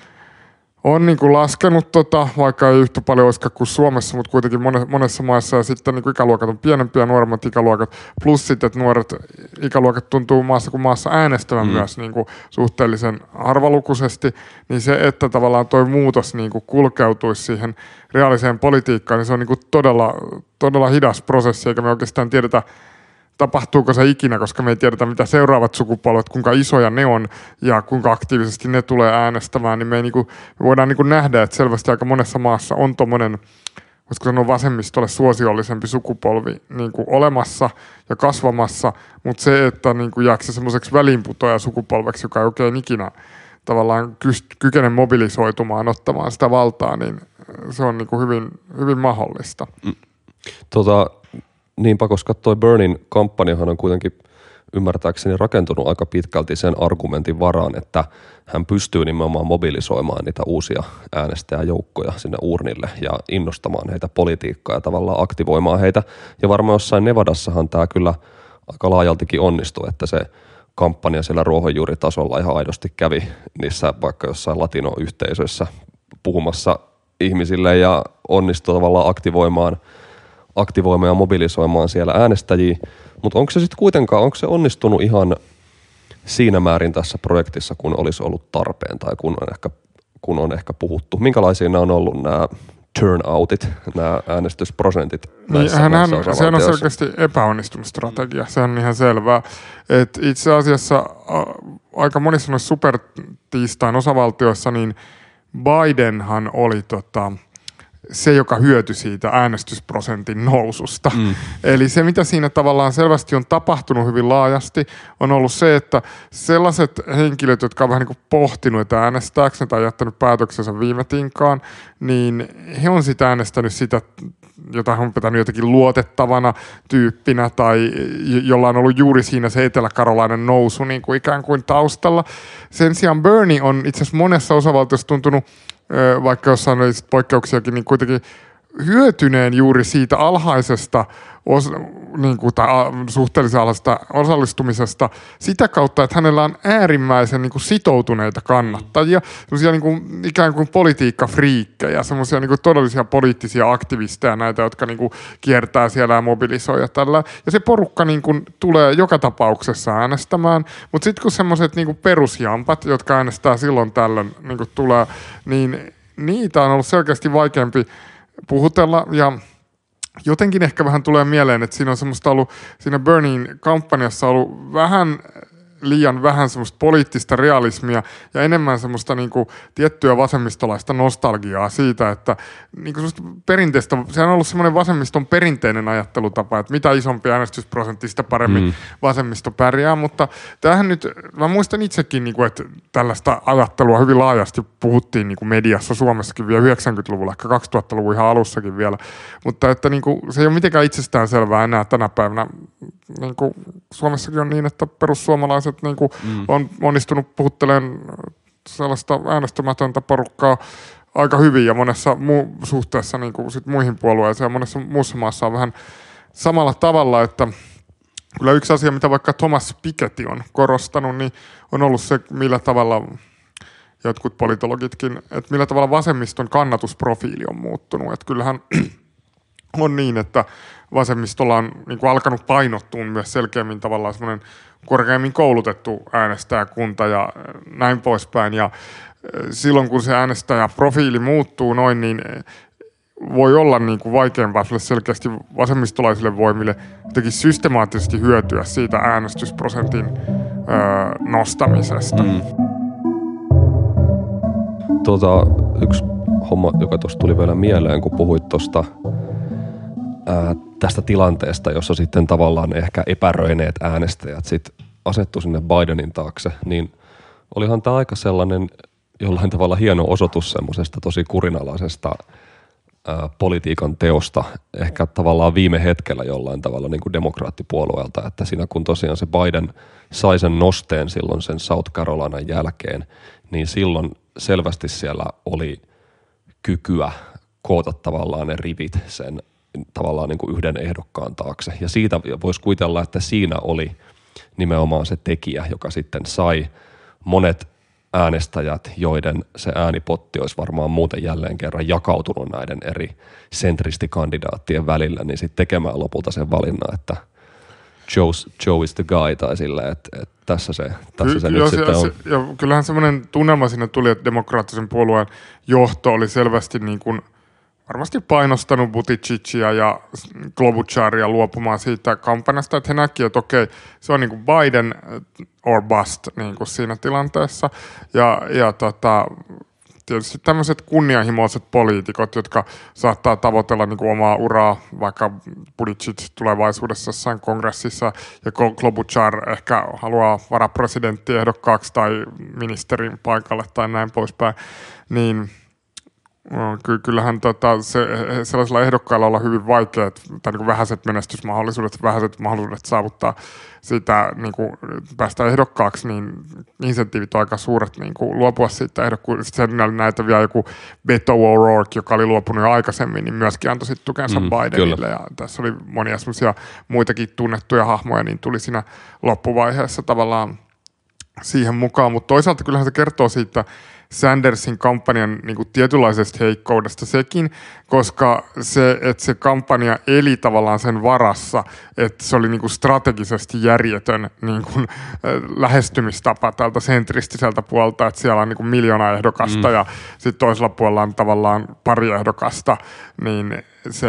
on niin kuin laskenut, vaikka ei yhtä paljon olisikaan kuin Suomessa, mutta kuitenkin monessa maassa ja sitten niin kuin ikäluokat on pienempiä, nuoremmat ikäluokat, plus sitten, että nuoret ikäluokat tuntuu maassa kuin maassa äänestävän myös niin kuin suhteellisen harvalukuisesti, niin se, että tavallaan toi muutos niin kuin kulkeutuisi siihen reaaliseen politiikkaan, niin se on niin kuin todella hidas prosessi, eikä me oikeastaan tiedetä, tapahtuuko se ikinä, koska me ei tiedetä, mitä seuraavat sukupolvet, kuinka isoja ne on ja kuinka aktiivisesti ne tulee äänestämään, niin me voidaan nähdä, että selvästi aika monessa maassa on tuommoinen, voisiko sanoa vasemmistolle suosiollisempi sukupolvi niin kuin olemassa ja kasvamassa, mutta se, että niin kuin jääkö se semmoiseksi väliinputoja sukupolveksi, joka ei oikein ikinä tavallaan kykene mobilisoitumaan, ottamaan sitä valtaa, niin se on niin kuin hyvin, hyvin mahdollista. Niinpä, koska toi Bernin kampanjahan on kuitenkin ymmärtääkseni rakentunut aika pitkälti sen argumentin varaan, että hän pystyy nimenomaan mobilisoimaan niitä uusia äänestäjäjoukkoja sinne urnille ja innostamaan heitä politiikkaa ja tavallaan aktivoimaan heitä. Ja varmaan jossain Nevadassahan tämä kyllä aika laajaltikin onnistui, että se kampanja siellä ruohonjuuritasolla ihan aidosti kävi niissä vaikka jossain latinoyhteisöissä puhumassa ihmisille ja onnistui tavallaan aktivoimaan ja mobilisoimaan siellä äänestäjiä, mutta onko se sitten kuitenkaan, onko se onnistunut ihan siinä määrin tässä projektissa, kun olisi ollut tarpeen tai kun on ehkä puhuttu? Minkälaisia nämä on ollut nämä turnoutit, nämä äänestysprosentit näissä osavaltioissa? Se on selkeästi epäonnistumistrategia, se on ihan selvää. Et itse asiassa aika monissa noissa supertiistain osavaltioissa niin Bidenhan oli se, joka hyötyi siitä äänestysprosentin noususta. Eli se, mitä siinä tavallaan selvästi on tapahtunut hyvin laajasti, on ollut se, että sellaiset henkilöt, jotka on vähän niin kuin pohtinut, että äänestääkö tai jättänyt päätöksensä viime tinkaan, niin he on sitä äänestänyt sitä, jota he on pitänyt jotenkin luotettavana tyyppinä tai jolla on ollut juuri siinä se eteläkarolainen nousu niin kuin ikään kuin taustalla. Sen sijaan Bernie on itse asiassa monessa osavaltiossa tuntunut, vaikka jossain oli poikkeuksiakin, niin kuitenkin hyötyneen juuri siitä alhaisesta tai suhteellisen alhaisesta osallistumisesta sitä kautta, että hänellä on äärimmäisen niin kuin sitoutuneita kannattajia, semmoisia niin kuin, ikään kuin politiikkafriikkejä, semmoisia niin kuin todellisia poliittisia aktivisteja, näitä, jotka niin kuin kiertää siellä ja mobilisoi ja tällä. Ja se porukka niin kuin tulee joka tapauksessa äänestämään, mutta sitten kun semmoiset niin kuin perusjampat, jotka äänestää silloin tällöin niin kuin tulee, niin niitä on ollut selkeästi vaikeampi puhutella ja jotenkin ehkä vähän tulee mieleen, että siinä on semmoista ollut, siinä Bernin kampanjassa ollut liian vähän semmoista poliittista realismia ja enemmän semmoista niinku tiettyä vasemmistolaista nostalgiaa siitä, että niinku semmoista perinteistä, sehän on ollut semmoinen vasemmiston perinteinen ajattelutapa, että mitä isompi äänestysprosentti, sitä paremmin vasemmisto pärjää, mutta tämähän nyt, mä muistan itsekin, niinku, että tällaista ajattelua hyvin laajasti puhuttiin niinku mediassa Suomessakin vielä 90-luvulla, ehkä 2000-luvun ihan alussakin vielä, mutta että niinku, se ei ole mitenkään itsestään selvää enää tänä päivänä niin kuin Suomessakin on niin, että perussuomalaiset niin kuin on onnistunut puhuttelemaan sellaista äänestämätöntä porukkaa aika hyvin ja monessa suhteessa niin kuin sit muihin puolueisiin ja monessa muussa maassa on vähän samalla tavalla, että kyllä yksi asia, mitä vaikka Thomas Piketty on korostanut, niin on ollut se, millä tavalla jotkut politologitkin, että millä tavalla vasemmiston kannatusprofiili on muuttunut. Että kyllähän on niin, että vasemmistolla on niin kuin alkanut painottua myös selkeämmin tavallaan semmoinen korkeammin koulutettu äänestäjäkunta ja näin poispäin. Ja silloin kun se äänestäjäprofiili muuttuu noin, niin voi olla niin kuin vaikeampaa selkeästi vasemmistolaisille voimille jotenkin systemaattisesti hyötyä siitä äänestysprosentin nostamisesta. Yksi homma, joka tuossa tuli vielä mieleen, kun puhuit tästä tilanteesta, jossa sitten tavallaan ehkä epäröineet äänestäjät sit asettu sinne Bidenin taakse, niin olihan tämä aika sellainen jollain tavalla hieno osoitus semmoisesta tosi kurinalaisesta politiikan teosta, ehkä tavallaan viime hetkellä jollain tavalla niin kuin demokraattipuolueelta, että siinä kun tosiaan se Biden sai sen nosteen silloin sen South Carolinan jälkeen, niin silloin selvästi siellä oli kykyä koota tavallaan ne rivit sen tavallaan niin kuin yhden ehdokkaan taakse. Ja siitä voisi kuvitella, että siinä oli nimenomaan se tekijä, joka sitten sai monet äänestäjät, joiden se äänipotti olisi varmaan muuten jälleen kerran jakautunut näiden eri sentristikandidaattien välillä, niin sitten tekemään lopulta sen valinnan, että Joe is the guy, tai silleen, että tässä se nyt sitten on. Ja kyllähän semmoinen tunnelma sinne tuli, että demokraattisen puolueen johto oli selvästi niin kuin varmasti painostanut Buttigiegia ja Klobucharia luopumaan siitä kampanjasta, että he näki, että okei, se on niin kuin Biden or bust niin kuin siinä tilanteessa. Ja tietysti tämmöiset kunnianhimoiset poliitikot, jotka saattaa tavoitella niin kuin omaa uraa, vaikka Buttigieg tulevaisuudessa jossain kongressissa ja Klobuchar ehkä haluaa varapresidenttiehdokkaaksi tai ministerin paikalle tai näin poispäin, niin kyllähän sellaisilla ehdokkailla olla hyvin vaikeat tai niin kuin vähäiset menestysmahdollisuudet, vähäiset mahdollisuudet saavuttaa sitä, niin kuin päästä ehdokkaaksi, niin insentiivit on aika suuret niin kuin luopua siitä ehdokkuudesta. Sen näitä vielä joku Beto O'Rourke, joka oli luopunut jo aikaisemmin, niin myöskin antoi sitten tukensa Bidenille. Kyllä. Ja tässä oli monia semmoisia muitakin tunnettuja hahmoja, niin tuli siinä loppuvaiheessa tavallaan siihen mukaan. Mutta toisaalta kyllähän se kertoo siitä Sandersin kampanjan niin kuin tietynlaisesta heikkoudesta sekin, koska se kampanja eli tavallaan sen varassa, että se oli niin kuin strategisesti järjetön niin kuin lähestymistapa tältä sentristiseltä puolta, että siellä on niin kuin 1 miljoona ehdokasta ja sitten toisella puolella on tavallaan pari ehdokasta, niin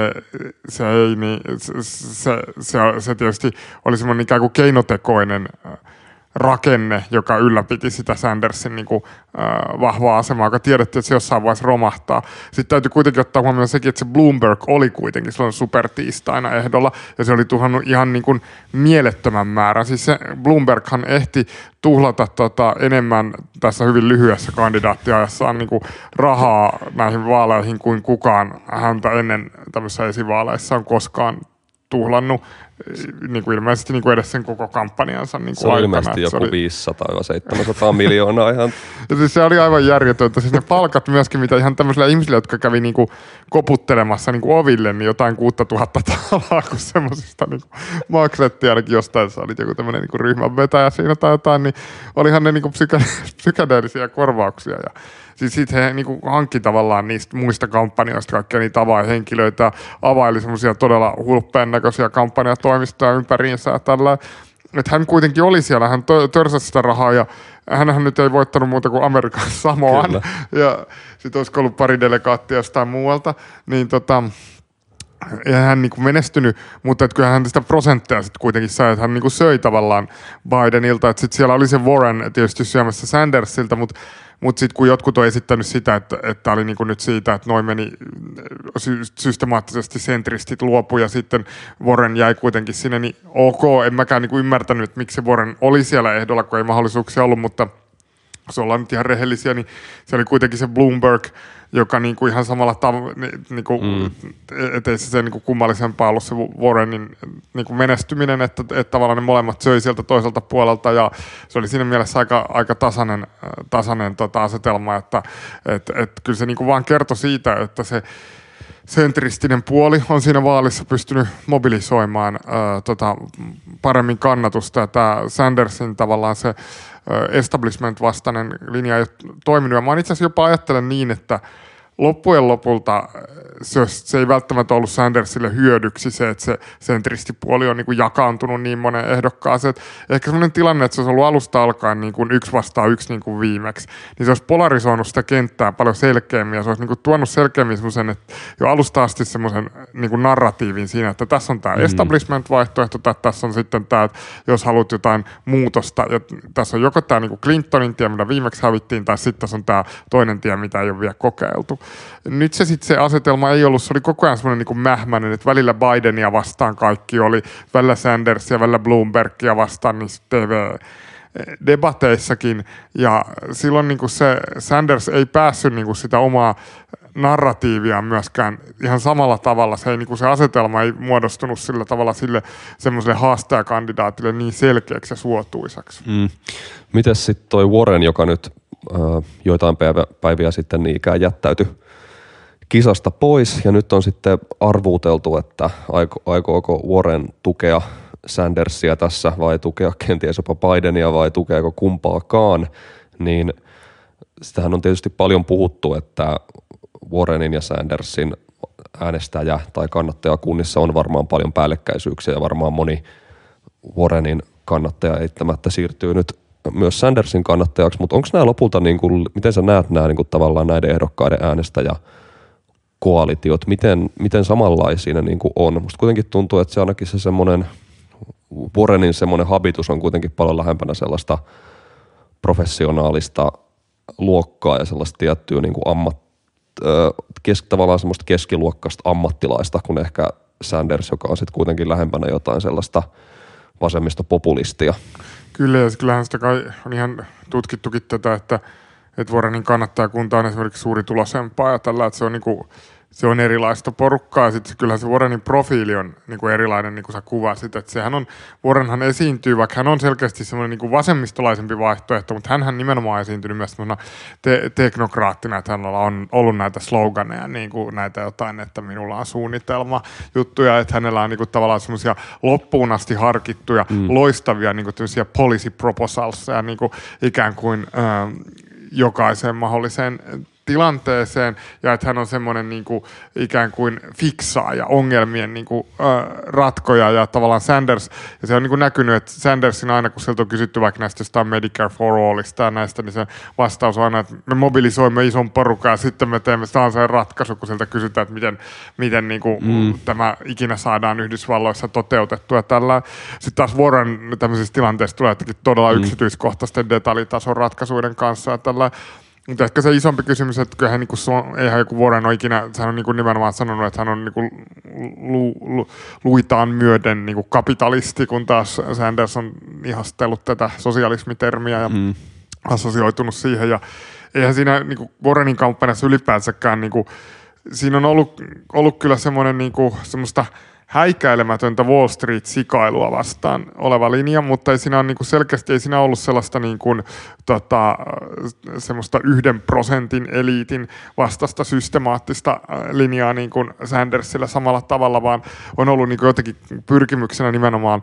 se tietysti oli semmoinen ikään kuin keinotekoinen rakenne, joka ylläpiti sitä Sandersin niin kuin, vahvaa asemaa, joka tiedettiin, että se jossain vaiheessa romahtaa. Sitten täytyy kuitenkin ottaa huomioon sekin, että se Bloomberg oli kuitenkin silloin supertiistaina ehdolla, ja se oli tuhannut ihan niin kuin mielettömän määrän. Siis se Bloomberghan ehti tuhlata enemmän tässä hyvin lyhyessä kandidaattiajassaan niin kuin rahaa näihin vaaleihin kuin kukaan häntä ennen tämmöisissä esivaaleissa on koskaan tuhlannut niin kuin ilmeisesti niin kuin edes sen koko kampanjansa niin kuin se oli aikana. ilmeisesti joku 500-700 miljoonaa ihan. Ja siis se oli aivan järjetöntä. Siis ne palkat myöskin, mitä ihan tämmöisillä ihmisillä, jotka kävi niin kuin koputtelemassa niin kuin oville, niin jotain 6000 talaa, kun semmoisista niin kuin maksettiin ainakin jostain. Se oli joku tämmöinen niin kuin ryhmänvetäjä siinä tai jotain, niin olihan ne niin kuin psykedeellisiä korvauksia. Ja siis sitten he niin kuin hankki tavallaan niistä muista kampanjoista kaikkia niitä avainhenkilöitä ja availi semmoisia todella hulppeen näköisiä kampanjatoimistoja ympäriinsä ja tällä. Että hän kuitenkin oli siellä, hän törsäsi sitä rahaa ja hänhän nyt ei voittanut muuta kuin Amerikan Samoan. Kyllä. Ja sitten olisiko ollut pari delegaattia jostain muualta, niin ei hän niin kuin menestynyt, mutta että kyllähän hän sitä prosentteja sitten kuitenkin sai, että hän niin kuin söi tavallaan Bidenilta, että sitten siellä oli se Warren tietysti syömässä Sandersilta, mutta sitten kun jotkut on esittänyt sitä, että oli niin kuin nyt siitä, että noin meni systemaattisesti sentristit luopui ja sitten Warren jäi kuitenkin sinne, niin ok, en mäkään niin kuin ymmärtänyt, että miksi se Warren oli siellä ehdolla, kun ei mahdollisuuksia ollut, mutta jos ollaan nyt ihan rehellisiä, niin se oli kuitenkin se Bloomberg, joka niinku ihan samalla tavalla, niinku, ettei se niinku kummallisempaa ollut se Warrenin niinku menestyminen, että tavallaan ne molemmat söi sieltä toiselta puolelta, ja se oli siinä mielessä aika tasainen asetelma, että kyllä se niinku vaan kertoi siitä, että se sentristinen puoli on siinä vaalissa pystynyt mobilisoimaan paremmin kannatusta, ja tämä Sandersin tavallaan se establishment-vastainen linja ei ole toiminut. Ja mä itse asiassa jopa ajattelen niin, että loppujen lopulta se ei välttämättä ollut Sandersille hyödyksi se, että se sentristipuoli on niin kuin jakaantunut niin monen ehdokkaaseen. Ehkä sellainen tilanne, että se olisi ollut alusta alkaen niin kuin 1-1 niin kuin viimeksi, niin se olisi polarisoinut sitä kenttää paljon selkeämmin ja se olisi niin kuin tuonut selkeämmin semmoisen, että jo alusta asti semmoisen niin kuin narratiivin siinä, että tässä on tämä establishment-vaihtoehto, tai tässä on sitten tämä, että jos haluat jotain muutosta, ja tässä on joko tämä niin kuin Clintonin tie, mitä viimeksi hävittiin, tai sitten tässä on tämä toinen tie, mitä ei ole vielä kokeiltu. Nyt se asetelma ei ollut, se oli koko ajan semmoinen niin kuin mähmäinen, että välillä Bidenia vastaan kaikki oli, välillä Sandersia, välillä Bloombergia vastaan niissä TV-debateissakin, ja silloin niin kuin se Sanders ei päässyt niin kuin sitä omaa narratiivia myöskään ihan samalla tavalla. Se, ei, niin kuin se asetelma ei muodostunut sillä tavalla sille semmoiselle haastajakandidaatille niin selkeäksi ja suotuisaksi. Mites sitten toi Warren, joka nyt joitain päiviä sitten niin ikään jättäytyi kisasta pois ja nyt on sitten arvuuteltu, että aikooko Warren tukea Sandersia tässä vai tukea kenties jopa Bidenia vai tukeeko kumpaakaan, niin sitähän on tietysti paljon puhuttu, että Warrenin ja Sandersin äänestäjä- tai kannattajakunnissa on varmaan paljon päällekkäisyyksiä ja varmaan moni Warrenin kannattaja eittämättä siirtyy nyt myös Sandersin kannattajaksi, mutta onko nämä lopulta, niin kuin, miten sä näet nämä niin kuin tavallaan näiden ehdokkaiden äänestäjäkoalitiot, miten samanlaisia ne niin kuin on? Musta kuitenkin tuntuu, että se ainakin se semmoinen, Warrenin semmoinen habitus on kuitenkin paljon lähempänä sellaista professionaalista luokkaa ja sellaista tiettyä niin kuin tavallaan semmoista keskiluokkaista ammattilaista, kun ehkä Sanders, joka on sitten kuitenkin lähempänä jotain sellaista vasemmistopopulistia. Kyllä, ja kyllähän sitä kai on ihan tutkittukin tätä, että Warrenin kannattajakunta on esimerkiksi suurituloisempaa ja tällä, että se on, niinku, se on erilaista porukkaa, ja sitten kyllähän se Warrenin profiili on niinku erilainen, niin kuin sä kuvasit, että sehän on, Warrenhan esiintyy, vaikka hän on selkeästi semmoinen niinku vasemmistolaisempi vaihtoehto, mutta hänhän nimenomaan esiintynyt myös teknokraattina, että hänellä on ollut näitä sloganeja, niinku näitä jotain, että minulla on suunnitelma juttuja, että hänellä on niinku tavallaan semmoisia loppuun asti harkittuja, loistavia niinku tämmöisiä policy proposals ja niinku ikään kuin jokaiseen mahdolliseen tilanteeseen, ja että hän on semmoinen niinku ikään kuin fiksaaja, ongelmien niinku, ratkoja, ja tavallaan Sanders, ja se on niinku näkynyt, että Sandersin aina, kun sieltä on kysytty vaikka näistä jostain Medicare for Allista ja näistä, niin se vastaus on aina, että me mobilisoimme ison porukan, ja sitten me teemme sellaisen ratkaisu, kun sieltä kysytään, että miten niinku tämä ikinä saadaan Yhdysvalloissa toteutettua. Tällä sitten taas Warren tämmöisessä tilanteessa tulee jotenkin todella yksityiskohtaisten detaljitason ratkaisuiden kanssa, ja tällä. Mutta ehkä se isompi kysymys, että kyllähän niinku, eihän joku Warren ole ikinä, hän on niinku nimenomaan sanonut, että hän on niinku luitaan myöden niinku kapitalisti, kun taas Sanders on ihastellut tätä sosialismitermiä ja assosioitunut siihen. Ja eihän siinä niinku Warrenin kampanjassa ylipäänsäkään, niinku, siinä on ollut kyllä semmoinen niinku, semmoista häikäilemätöntä Wall Street-sikailua vastaan oleva linja, mutta ei siinä, niinku selkeästi ei siinä ollut sellaista niinku, semmoista 1% eliitin vastaista systemaattista linjaa niin kuin Sandersilla samalla tavalla, vaan on ollut niinku jotenkin pyrkimyksenä nimenomaan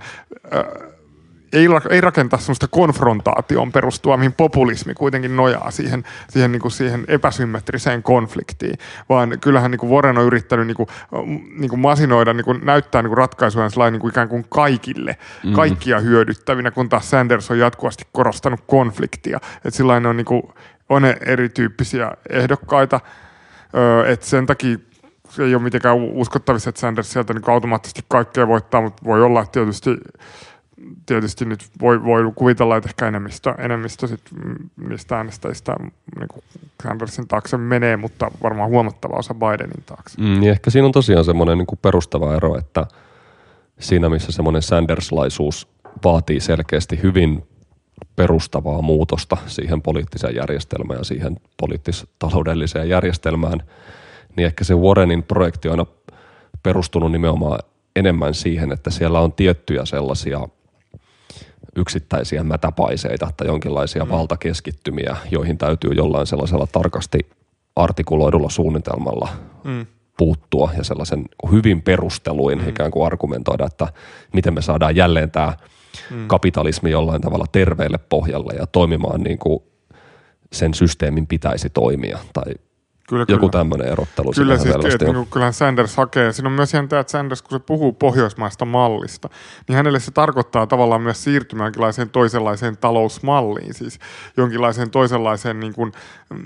ei rakentaa sellaista konfrontaatioon perustuvaa, mihin populismi kuitenkin nojaa siihen epäsymmetriseen konfliktiin, vaan kyllähän niin kuin Warren on yrittänyt niin kuin masinoida, niin kuin näyttää niin kuin ratkaisuja niin kuin ikään kuin kaikille, kaikkia hyödyttävinä, kun taas Sanders on jatkuvasti korostanut konfliktia. Että sillain on, niin kuin, on erityyppisiä ehdokkaita, että sen takia ei ole mitenkään uskottavissa, että Sanders sieltä niin kuin automaattisesti kaikkea voittaa, mutta voi olla, että tietysti nyt voi kuvitella, että ehkä enemmistö sit niistä äänestäjistä niin Sandersin taakse menee, mutta varmaan huomattava osa Bidenin taakse. Niin ehkä siinä on tosiaan semmoinen niin perustava ero, että siinä missä semmoinen Sanderslaisuus vaatii selkeästi hyvin perustavaa muutosta siihen poliittiseen järjestelmään ja siihen poliittis-taloudelliseen järjestelmään, niin ehkä se Warrenin projekti on aina perustunut nimenomaan enemmän siihen, että siellä on tiettyjä sellaisia yksittäisiä mätäpaiseita tai jonkinlaisia valtakeskittymiä, joihin täytyy jollain sellaisella tarkasti artikuloidulla suunnitelmalla puuttua ja sellaisen hyvin perusteluin ikään kuin argumentoida, että miten me saadaan jälleen tämä kapitalismi jollain tavalla terveelle pohjalle ja toimimaan niin kuin sen systeemin pitäisi toimia tai joku tämmöinen erottelu. Kyllä siis, niin kyllähän Sanders hakee. Siinä on myös jäntää, että Sanders, kun se puhuu pohjoismaista mallista, niin hänelle se tarkoittaa tavallaan myös siirtymään jonkinlaiseen toisenlaiseen talousmalliin, siis jonkinlaiseen toisenlaiseen niin kuin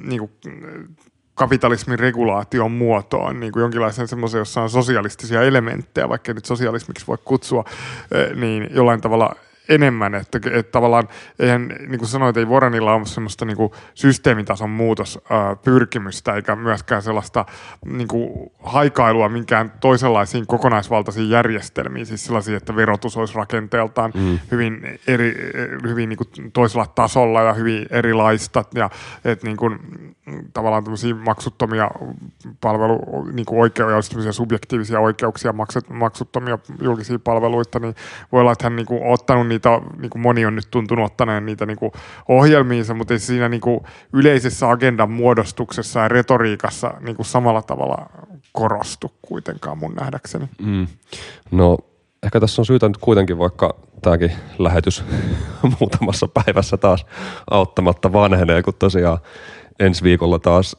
kapitalismin regulaation muotoon, niin kuin jonkinlaisen semmoisen, jossa on sosialistisia elementtejä, vaikka nyt sosialismiksi voi kutsua, niin jollain tavalla enemmän, että tavallaan eihän, niin kuin sanoit, ei Warrenilla ole semmoista niin kuin systeemitason muutospyrkimystä eikä myöskään sellaista niin kuin haikailua minkään toisenlaisiin kokonaisvaltaisiin järjestelmiin, siis sellaisia, että verotus olisi rakenteeltaan hyvin niin kuin toisella tasolla ja hyvin erilaista ja että niin kuin, tavallaan tämmöisiä maksuttomia niin kuin oikeuksia, subjektiivisia oikeuksia, maksuttomia julkisia palveluita, niin voi olla, että hän niin kuin ottanut niitä, niin kuin moni on nyt tuntunut ottaneen niitä niin kuin ohjelmiinsa, mutta ei siinä niin kuin yleisessä agendan muodostuksessa ja retoriikassa niin kuin samalla tavalla korostu kuitenkaan mun nähdäkseni. No ehkä tässä on syytä nyt kuitenkin, vaikka tämäkin lähetys muutamassa päivässä taas auttamatta vanhenee, kun tosiaan ensi viikolla taas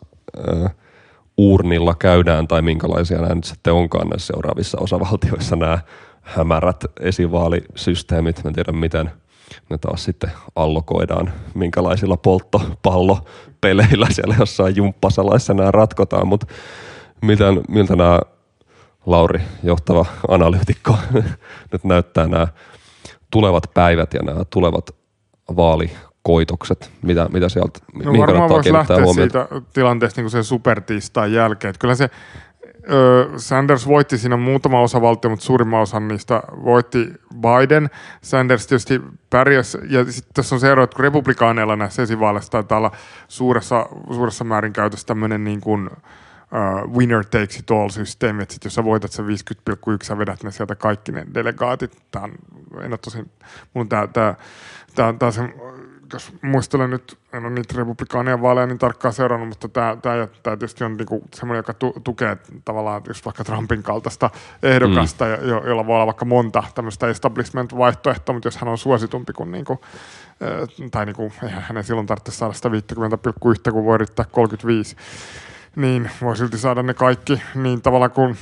uurnilla käydään tai minkälaisia nämä nyt sitten onkaan näissä seuraavissa osavaltioissa nämä hämärät esivaalisysteemit. En tiedä, miten ne taas sitten allokoidaan, minkälaisilla polttopallopeleillä siellä jossain jumppasalaissa nämä ratkotaan, mutta miltä nämä Lauri, johtava analyytikko, nyt näyttää nämä tulevat päivät ja nämä tulevat vaalikoitokset, mitä sieltä, mihin kannattaa kiinnittää huomiota? Varmaan siitä tilanteesta niin sen supertiistain jälkeen. Että kyllä se Sanders voitti siinä muutama osavaltio, mutta suurimman osan niistä voitti Biden. Sanders tietysti pärjäsi, ja sitten tässä on se ero, että kun republikaaneilla näissä esivaaleissa taitaa olla suuressa määrin käytössä tämmöinen niin kuin winner takes it all -systeemi, että sit jos sä voitat sen 50,1, sä vedät ne sieltä kaikki ne delegaatit. Tää on, en ole tosin, mun tää on se, jos muistelen nyt, en ole niitä republikaanien vaaleja niin tarkkaan seurannut, mutta tämä tietysti on niinku semmoinen, joka tukee tavallaan just vaikka Trumpin kaltaista ehdokasta, jolla voi olla vaikka monta tämmöistä establishment-vaihtoehtoa, mutta jos hän on suositumpi kuin tai eihän hänen silloin tarvitse saada sitä 50,1, kun voi yrittää 35, niin voi silti saada ne kaikki niin tavallaan kuin,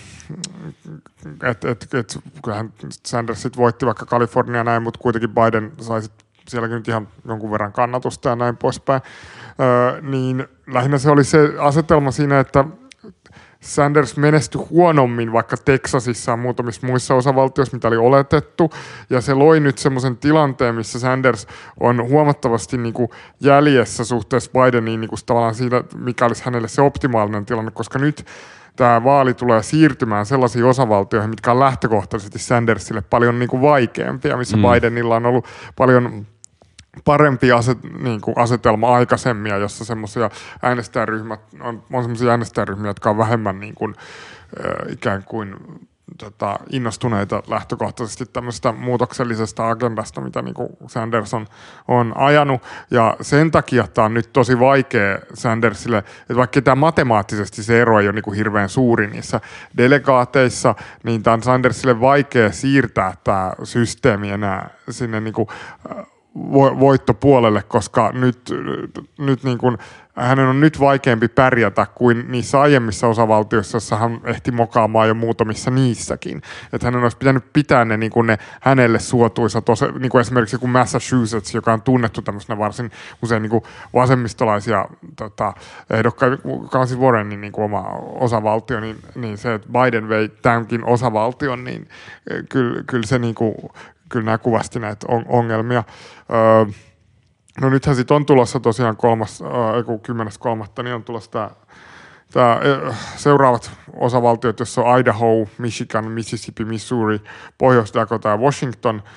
kyllähän Sanders sit voitti vaikka Kalifornia näin, mutta kuitenkin Biden sai sielläkin nyt ihan jonkun verran kannatusta ja näin poispäin, niin lähinnä se oli se asetelma siinä, että Sanders menestyi huonommin vaikka Texasissa ja muutamissa muissa osavaltioissa, mitä oli oletettu, ja se loi nyt semmoisen tilanteen, missä Sanders on huomattavasti niin kuin jäljessä suhteessa Bideniin niin kuin tavallaan siitä, mikä olisi hänelle se optimaalinen tilanne, koska nyt tämä vaali tulee siirtymään sellaisiin osavaltioihin, mitkä on lähtökohtaisesti Sandersille paljon niin kuin vaikeampia, missä Bidenilla on ollut paljon parempi asetelma aikaisemmin, jossa semmoisia äänestäjäryhmät on semmoisia äänestäjäryhmiä, jotka on vähemmän niin kuin, ikään kuin innostuneita lähtökohtaisesti tämmöistä muutoksellisesta agendasta, mitä niin kuin Sanders on ajanut. Ja sen takia tämä on nyt tosi vaikea Sandersille, että vaikka tämä matemaattisesti se ero ei ole niin kuin hirveän suuri niissä delegaateissa, niin tämä on Sandersille vaikea siirtää tämä systeemi enää sinne niin kuin voittopuolelle, koska nyt niin kuin, hänen on nyt vaikeampi pärjätä kuin niissä aiemmissa osavaltioissa, jossa hän ehti mokaamaan jo muutamissa niissäkin. Että hänen olisi pitänyt pitää ne, niin kuin ne hänelle suotuisat, niin kuin esimerkiksi joku Massachusetts, joka on tunnettu tämmöisenä varsin usein niin kuin vasemmistolaisia ehdokkaita, joka on siis Warrenin niin kuin oma osavaltio, niin se, että Biden vei tämänkin osavaltion, niin kyllä se niin kuin kyllä nämä kuvasti näitä ongelmia. No nythän sitten on tulossa tosiaan 10.3. niin on tulossa tämä seuraavat osavaltiot, jossa on Idaho, Michigan, Mississippi, Missouri, Pohjois-Dakota ja Washington,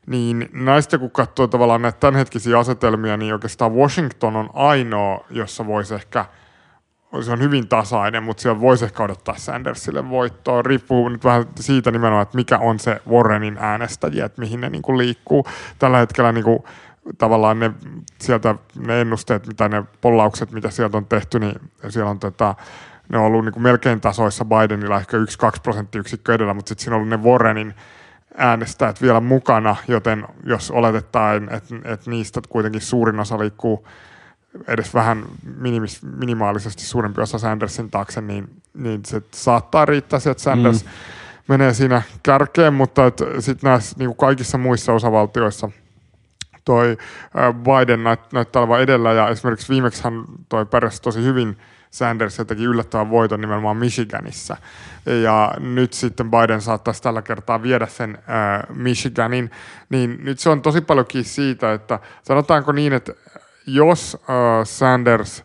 niin näistä kun katsoo tavallaan näitä tämänhetkisiä asetelmia, niin oikeastaan Washington on ainoa, jossa voisi ehkä, se on hyvin tasainen, mutta siellä voisi ehkä odottaa Sandersille voittoa. Riippuu nyt vähän siitä nimenomaan, että mikä on se Warrenin äänestäjiä, että mihin ne niin kuin liikkuu. Tällä hetkellä niin kuin, tavallaan ne ennusteet, mitä ne pollaukset, mitä sieltä on tehty, niin siellä on ne on ollut niin kuin melkein tasoissa Bidenilla, ehkä 1-2 prosenttiyksikköä edellä, mutta sitten siinä on ollut ne Warrenin äänestäjät vielä mukana, joten jos oletetaan, että niistä kuitenkin suurin osa liikkuu edes vähän minimaalisesti suurempi osa Sandersin taakse, niin se saattaa riittää, että Sanders menee siinä kärkeen, mutta sitten näissä niin kuin kaikissa muissa osavaltioissa toi Biden näyttää olevan edellä, ja esimerkiksi viimeksi hän toi pärjäsi tosi hyvin Sanders teki yllättävän voiton nimenomaan Michiganissa. Ja nyt sitten Biden saattaisi tällä kertaa viedä sen Michiganin. Niin nyt se on tosi paljonkin siitä, että sanotaanko niin, että jos Sanders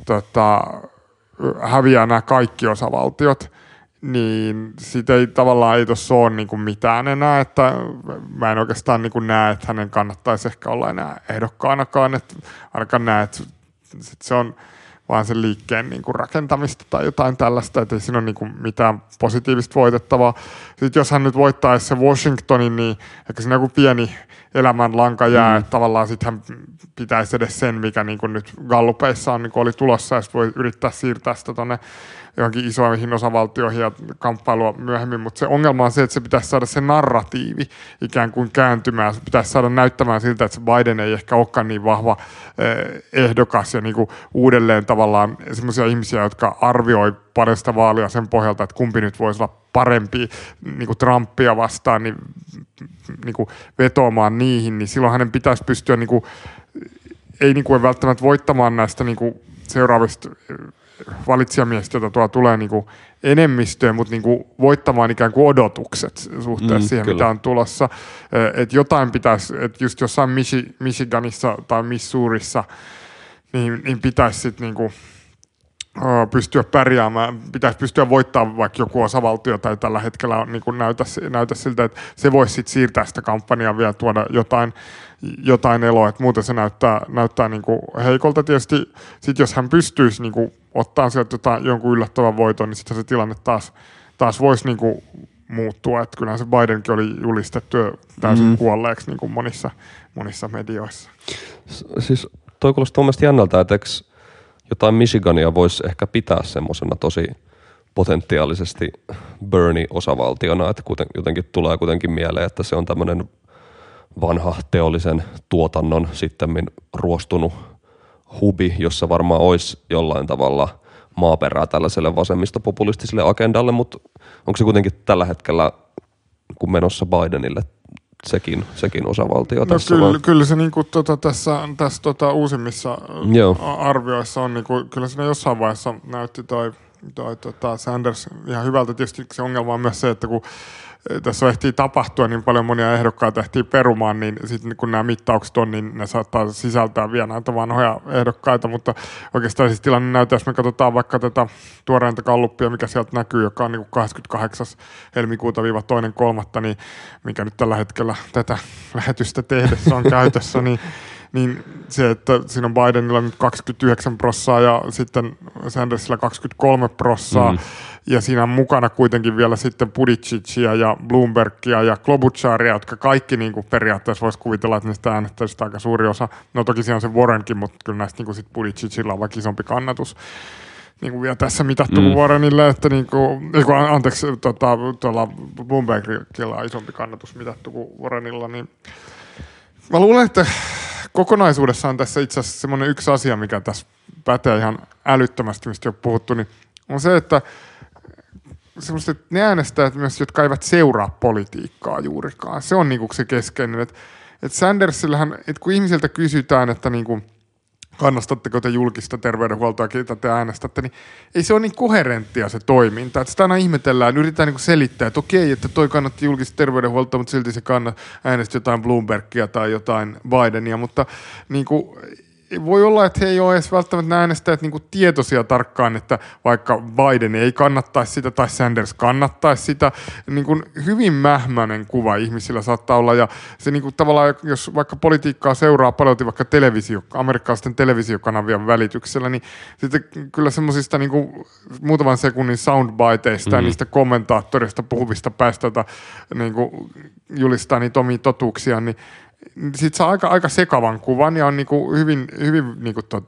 häviää nämä kaikki osavaltiot, niin siitä ei tavallaan ei tuossa ole niin kuin mitään enää, että mä en oikeastaan niin kuin näe, että hänen kannattaisi ehkä olla enää ehdokkaanakaan, että ainakaan näe, että se on vaan sen liikkeen niin kuin rakentamista tai jotain tällaista, että ei siinä ole niin kuin mitään positiivista voitettavaa. Sitten jos hän nyt voittaisi se Washingtonin, niin ehkä siinä joku pieni elämänlanka jää, että tavallaan sitten hän pitäisi edes sen, mikä niin kuin nyt gallupeissa on, niin kuin oli tulossa, ja sitten voi yrittää siirtää sitä tuonne johonkin isoihin osavaltioihin ja kamppailua myöhemmin, mutta se ongelma on se, että se pitäisi saada se narratiivi ikään kuin kääntymään, se pitäisi saada näyttämään siltä, että se Biden ei ehkä olekaan niin vahva ehdokas ja niin kuin uudelleen tavallaan semmoisia ihmisiä, jotka arvioi paljon sitä vaalia sen pohjalta, että kumpi nyt voisi olla parempi niin kuin Trumpia vastaan, niin kuin vetoamaan niihin, niin silloin hänen pitäisi pystyä niin kuin, ei niin kuin välttämättä voittamaan näistä niin kuin seuraavista valitsijamiehistä, joita tuolla tulee niin kuin enemmistöön, mutta niin kuin voittamaan ikään kuin odotukset suhteessa siihen, kyllä, mitä on tulossa. Että jotain pitäisi, että just jossain Michiganissa tai Missourissa, niin pitäisi sitten niin kuin pystyä pärjäämään, pitäisi pystyä voittamaan vaikka joku osavaltio tai tällä hetkellä on, niin kuin näytä siltä, että se voisi sitten siirtää sitä kampanjaa vielä tuoda jotain eloa, että muuten se näyttää niin kuin heikolta. Tietysti sit jos hän pystyisi niin kuin ottaa sieltä jonkun yllättävän voiton, niin sitten se tilanne taas voisi niin kuin muuttua, että kyllähän se Bidenkin oli julistettu täysin kuolleeksi niin kuin monissa medioissa. Siis toi kuulostaa mun mielestä jännältä, että jotain Michigania voisi ehkä pitää semmoisena tosi potentiaalisesti Bernie-osavaltiona, että jotenkin tulee kuitenkin mieleen, että se on tämmöinen vanha teollisen tuotannon sittemmin ruostunut hubi, jossa varmaan olisi jollain tavalla maaperää tällaiselle vasemmistopopulistiselle agendalle, mutta onko se kuitenkin tällä hetkellä, kun menossa Bidenille, sekin osavaltio no tässä? Kyllä se niinku tässä uusimmissa arvioissa on, niinku, kyllä siinä jossain vaiheessa näytti toi Sanders ihan hyvältä. Tietysti se ongelma on myös se, että kun tässä ehtii tapahtua niin paljon monia ehdokkaita ehtii perumaan, niin sitten kun nämä mittaukset on, niin ne saattaa sisältää vielä näitä vanhoja ehdokkaita, mutta oikeastaan siis tilanne näyttää, jos me katsotaan vaikka tätä tuoreinta gallupia, mikä sieltä näkyy, joka on niin 28. helmikuuta - 2.3., niin mikä nyt tällä hetkellä tätä lähetystä tehdessä on käytössä, niin se, että siinä on Bidenilla nyt 29% ja sitten Sandersilla 23%, ja siinä on mukana kuitenkin vielä sitten Buttigiegia ja Bloombergia ja Klobucharia, jotka kaikki niin kuin periaatteessa voisi kuvitella, että niistä äänestäjistä aika suuri osa. No toki siinä on se Warrenkin, mutta kyllä näistä niin kuin sit Buttigiegilla on vaikka isompi kannatus. Niin kuin vielä tässä mitattu kuin Warrenille, että niin kuin, tuolla Bloombergilla on isompi kannatus mitattu kuin Warrenilla, niin mä luulen, että kokonaisuudessaan tässä itse asiassa semmoinen yksi asia, mikä tässä pätee ihan älyttömästi, mistä on puhuttu, niin on se, että semmoiset ne äänestäjät myös, jotka eivät seuraa politiikkaa juurikaan. Se on niinku se keskeinen, että Sandersillähän, että kun ihmisiltä kysytään, että niinku, kannastatteko te julkista terveydenhuoltoa, ketä te äänestätte, niin ei se ole niin koherenttia se toiminta. Että sitä aina ihmetellään, yritetään niin selittää, että okei, että toi kannatti julkista terveydenhuoltoa, mutta silti se äänesti jotain Bloombergia tai jotain Bidenia, mutta niin kuin, voi olla, että he ei ole edes välttämättä äänestäjät niin kuin tietoisia tarkkaan, että vaikka Biden ei kannattaisi sitä tai Sanders kannattaisi sitä. Niin kuin hyvin mähmäinen kuva ihmisillä saattaa olla. Ja se niin kuin tavallaan, jos vaikka politiikkaa seuraa paljon vaikka amerikkalaisten televisiokanavien välityksellä, niin sitten kyllä semmoisista niin kuin muutaman sekunnin soundbiteista ja niistä kommentaattorista puhuvista päistä, niin kuin julistaa niitä omia totuuksia, niin siitä saa aika sekavan kuvan ja on niinku hyvin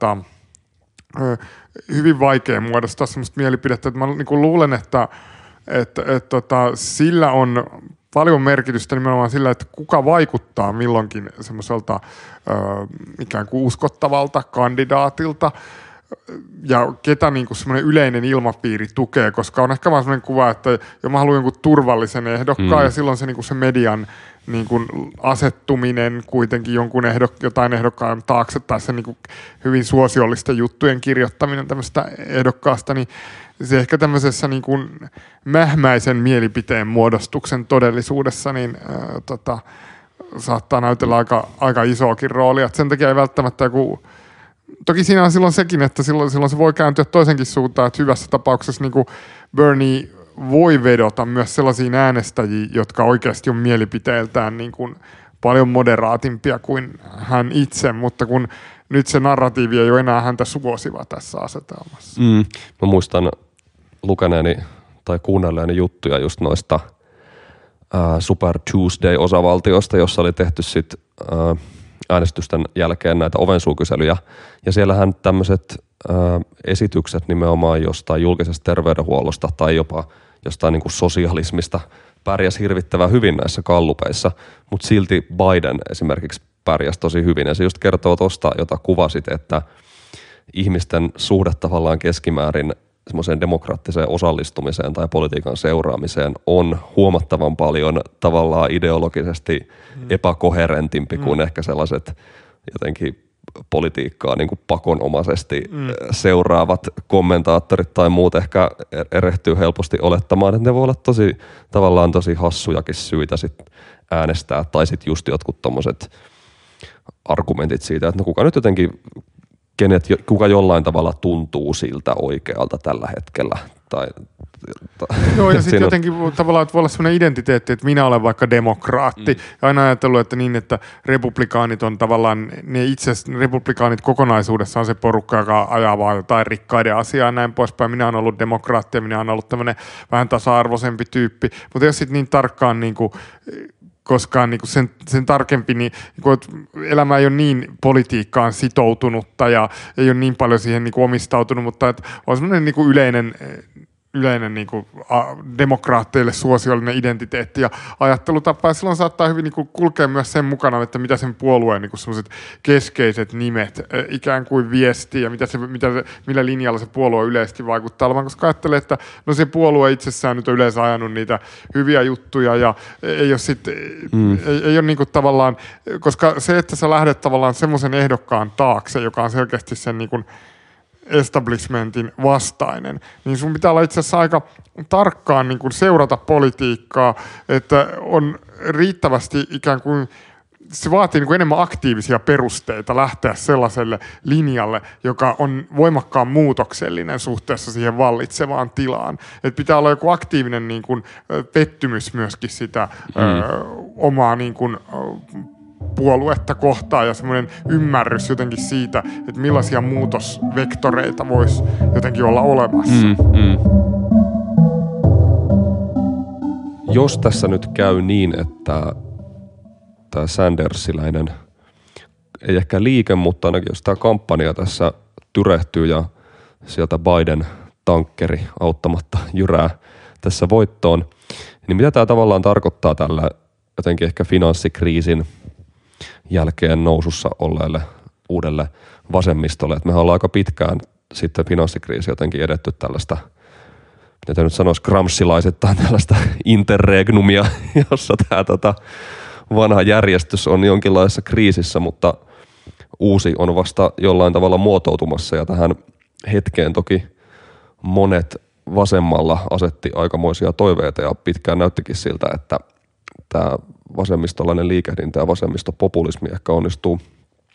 hyvin vaikea muodostaa semmoista mielipidettä, että mä niinku luulen, että sillä on paljon merkitystä nimenomaan sillä, että kuka vaikuttaa milloinkin semmoiselta ikään kuin uskottavalta kandidaatilta ja ketä niinku semmoinen yleinen ilmapiiri tukee, koska on ehkä vaan semmoinen kuva, että mä haluan jonkun turvallisen ehdokkaan ja silloin se, niinku se median niin kuin asettuminen kuitenkin jotain ehdokkaan taakse tai se niin kuin hyvin suosiollisten juttujen kirjoittaminen tämmöistä ehdokkaasta, niin se ehkä tämmöisessä niin kuin mähmäisen mielipiteen muodostuksen todellisuudessa niin saattaa näytellä aika isoakin roolia. Et sen takia ei välttämättä joku. Toki siinä on silloin sekin, että silloin se voi kääntyä toisenkin suuntaan, että hyvässä tapauksessa niin kuin Bernie voi vedota myös sellaisiin äänestäjiin, jotka oikeasti on mielipiteiltään niin kuin paljon moderaatimpia kuin hän itse, mutta kun nyt se narratiivi ei ole enää häntä suosiva tässä asetelmassa. Mä muistan lukeneeni tai kuunnelleeni juttuja just noista Super Tuesday-osavaltiosta, jossa oli tehty sitten äänestysten jälkeen näitä ovensuukyselyjä. Ja siellähän tämmöiset esitykset nimenomaan jostain julkisesta terveydenhuollosta tai jopa jostain niin kuin sosialismista pärjäsi hirvittävän hyvin näissä gallupeissa, mutta silti Biden esimerkiksi pärjäsi tosi hyvin. Ja se just kertoo tuosta, jota kuvasit, että ihmisten suhde tavallaan keskimäärin semmoiseen demokraattiseen osallistumiseen tai politiikan seuraamiseen on huomattavan paljon tavallaan ideologisesti epäkoherentimpi kuin ehkä sellaiset jotenkin politiikkaa niin kuin pakonomaisesti seuraavat kommentaattorit tai muut ehkä erehtyy helposti olettamaan, että ne voi olla tosi hassujakin syitä sit äänestää tai sitten just jotkut tommoset argumentit siitä, että no kuka nyt jotenkin kuka jollain tavalla tuntuu siltä oikealta tällä hetkellä. Joo, ja sitten jotenkin tavallaan, että voi olla sellainen identiteetti, että minä olen vaikka demokraatti. Ja aina ajatellut, että niin, että republikaanit on tavallaan, republikaanit kokonaisuudessaan se porukka, joka ajaa vaan jotain rikkaiden asiaa ja näin poispäin. Minä olen ollut demokraatti ja minä olen ollut tämmöinen vähän tasa-arvoisempi tyyppi. Mutta jos sitten niin tarkkaan niin kuin koskaan niin kuin sen tarkempi, niin elämä ei ole niin politiikkaan sitoutunutta ja ei ole niin paljon siihen niin kuin omistautunut, mutta että on semmoinen niin kuin yleinen niin kuin demokraatteille suosiollinen identiteetti ja ajattelutapa, ja silloin saattaa hyvin niin kuin kulkea myös sen mukana, että mitä sen puolueen niin kuin semmoiset keskeiset nimet ikään kuin viestii ja millä linjalla se puolue yleisesti vaikuttaa olevan, koska ajattelee, että no se puolue itsessään nyt on yleensä ajanut niitä hyviä juttuja ja ei ole sitten, ei ole niin kuin tavallaan, koska se, että sä lähdet tavallaan semmoisen ehdokkaan taakse, joka on selkeästi sen niin kuin establishmentin vastainen, niin sun pitää olla itse asiassa aika tarkkaan niin kuin seurata politiikkaa, että on riittävästi ikään kuin, se vaatii niin kuin enemmän aktiivisia perusteita lähteä sellaiselle linjalle, joka on voimakkaan muutoksellinen suhteessa siihen vallitsevaan tilaan. Et pitää olla joku aktiivinen niin kuin pettymys myöskin sitä omaa niin kuin puoluetta kohtaan ja semmoinen ymmärrys jotenkin siitä, että millaisia muutosvektoreita voisi jotenkin olla olemassa. Jos tässä nyt käy niin, että tämä Sandersiläinen, ei ehkä liike, mutta ainakin jos tämä kampanja tässä tyrehtyy ja sieltä Biden-tankkeri auttamatta jyrää tässä voittoon, niin mitä tämä tavallaan tarkoittaa tällä jotenkin ehkä finanssikriisin jälkeen nousussa olleelle uudelle vasemmistolle. Et mehän ollaan aika pitkään sitten finanssikriisi jotenkin edetty tällaista, mitä nyt sanoisi, gramscilaisittain tällaista interregnumia, jossa tämä vanha järjestys on jonkinlaisessa kriisissä, mutta uusi on vasta jollain tavalla muotoutumassa ja tähän hetkeen toki monet vasemmalla asetti aikamoisia toiveita ja pitkään näyttikin siltä, että tämä vasemmistolainen liikehdintä ja vasemmistopopulismi ehkä onnistuu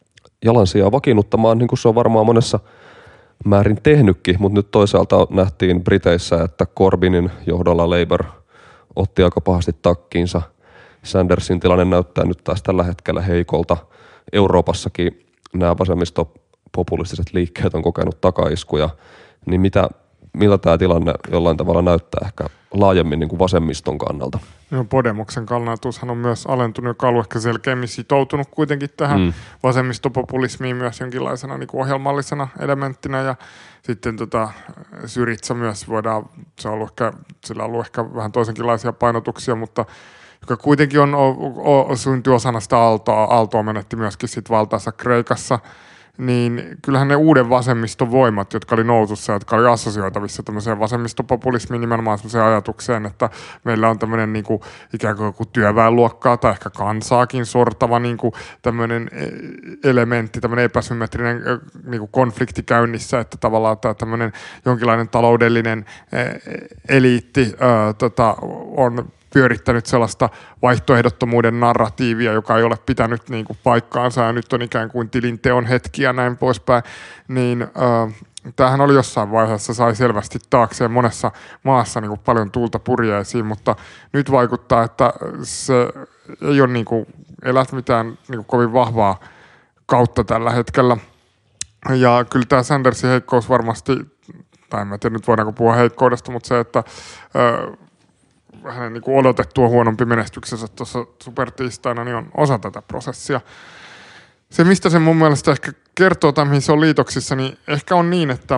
jalansijaa vakiinnuttamaan, niin kuin se on varmaan monessa määrin tehnytkin, mutta nyt toisaalta nähtiin Briteissä, että Corbynin johdolla Labour otti aika pahasti takkiinsa. Sandersin tilanne näyttää nyt taas tällä hetkellä heikolta. Euroopassakin nämä vasemmistopopulistiset liikkeet on kokenut takaiskuja, niin miltä tämä tilanne jollain tavalla näyttää ehkä laajemmin niin kuin vasemmiston kannalta? No, Podemoksen kannatushan on myös alentunut, joka on ollut ehkä selkeämmin sitoutunut kuitenkin tähän vasemmistopopulismiin myös jonkinlaisena niin kuin ohjelmallisena elementtinä, ja sitten Syriza myös sillä on ollut ehkä vähän toisenkinlaisia painotuksia, mutta joka kuitenkin syntyi osana sitä aaltoa menetti myöskin sit valtaansa Kreikassa, niin kyllähän ne uuden vasemmiston voimat, jotka oli nousussa, jotka oli assosioitavissa tämmöiseen vasemmistopopulismiin, nimenomaan semmoiseen ajatukseen, että meillä on tämmöinen niin kuin ikään kuin joku työväenluokkaa tai ehkä kansaakin sortava niin kuin tämmöinen elementti, tämmöinen epäsymmetrinen niin kuin konflikti käynnissä, että tavallaan tämä tämmöinen jonkinlainen taloudellinen eliitti on pyörittänyt sellaista vaihtoehdottomuuden narratiivia, joka ei ole pitänyt niin kuin paikkaansa, ja nyt on ikään kuin tilinteon hetki ja näin poispäin, niin tämähän oli jossain vaiheessa, sai selvästi taakseen monessa maassa niin kuin paljon tuulta purjeisiin, mutta nyt vaikuttaa, että se ei ole niin kuin elät mitään niin kuin kovin vahvaa kautta tällä hetkellä. Ja kyllä tämä Sandersin heikkous varmasti, tai en tiedä nyt voidaanko puhua heikkoudesta, mutta se, että hänen niin kuin odotettua huonompi menestyksensä tuossa supertiistaina niin on osa tätä prosessia. Se, mistä se mun mielestä ehkä kertoo tai mihin se on liitoksissa, niin ehkä on niin, että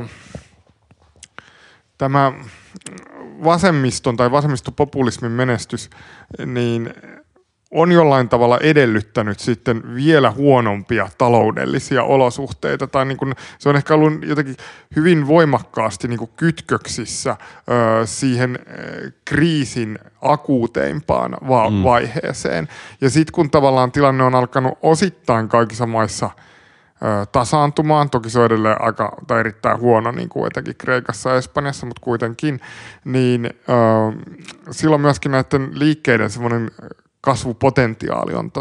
tämä vasemmiston tai vasemmistopopulismin menestys niin on jollain tavalla edellyttänyt sitten vielä huonompia taloudellisia olosuhteita. Tai niin kuin, se on ehkä ollut jotenkin hyvin voimakkaasti niin kuin kytköksissä siihen kriisin akuuteimpaan vaiheeseen. Ja sitten kun tavallaan tilanne on alkanut osittain kaikissa maissa tasaantumaan, toki se on edelleen erittäin huono, niin kuin etenkin Kreikassa ja Espanjassa, mutta kuitenkin, niin silloin myöskin näiden liikkeiden semmoinen kasvupotentiaali on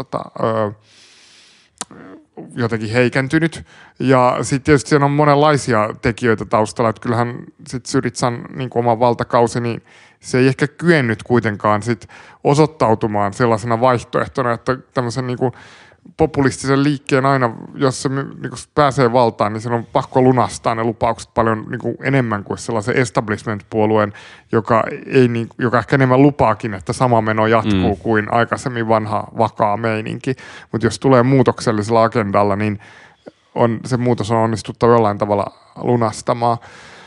jotenkin heikentynyt. Ja sitten tietysti siinä on monenlaisia tekijöitä taustalla, että kyllähän sitten Syrizan niin kuin oma valtakausi, niin se ei ehkä kyennyt kuitenkaan sit osoittautumaan sellaisena vaihtoehtona, että tämmöisen niin kuin populistisen liikkeen aina, jos se niin kuin pääsee valtaan, niin sen on pakko lunastaa ne lupaukset paljon niin kuin enemmän kuin sellaisen establishment-puolueen, joka ehkä enemmän lupaakin, että sama meno jatkuu kuin aikaisemmin vanha vakaa meininki. Mutta jos tulee muutoksellisella agendalla, niin se muutos on onnistuttava jollain tavalla lunastamaan.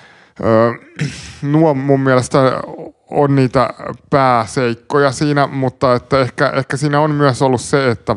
Nuo mun mielestä on niitä pääseikkoja siinä, mutta että ehkä siinä on myös ollut se, että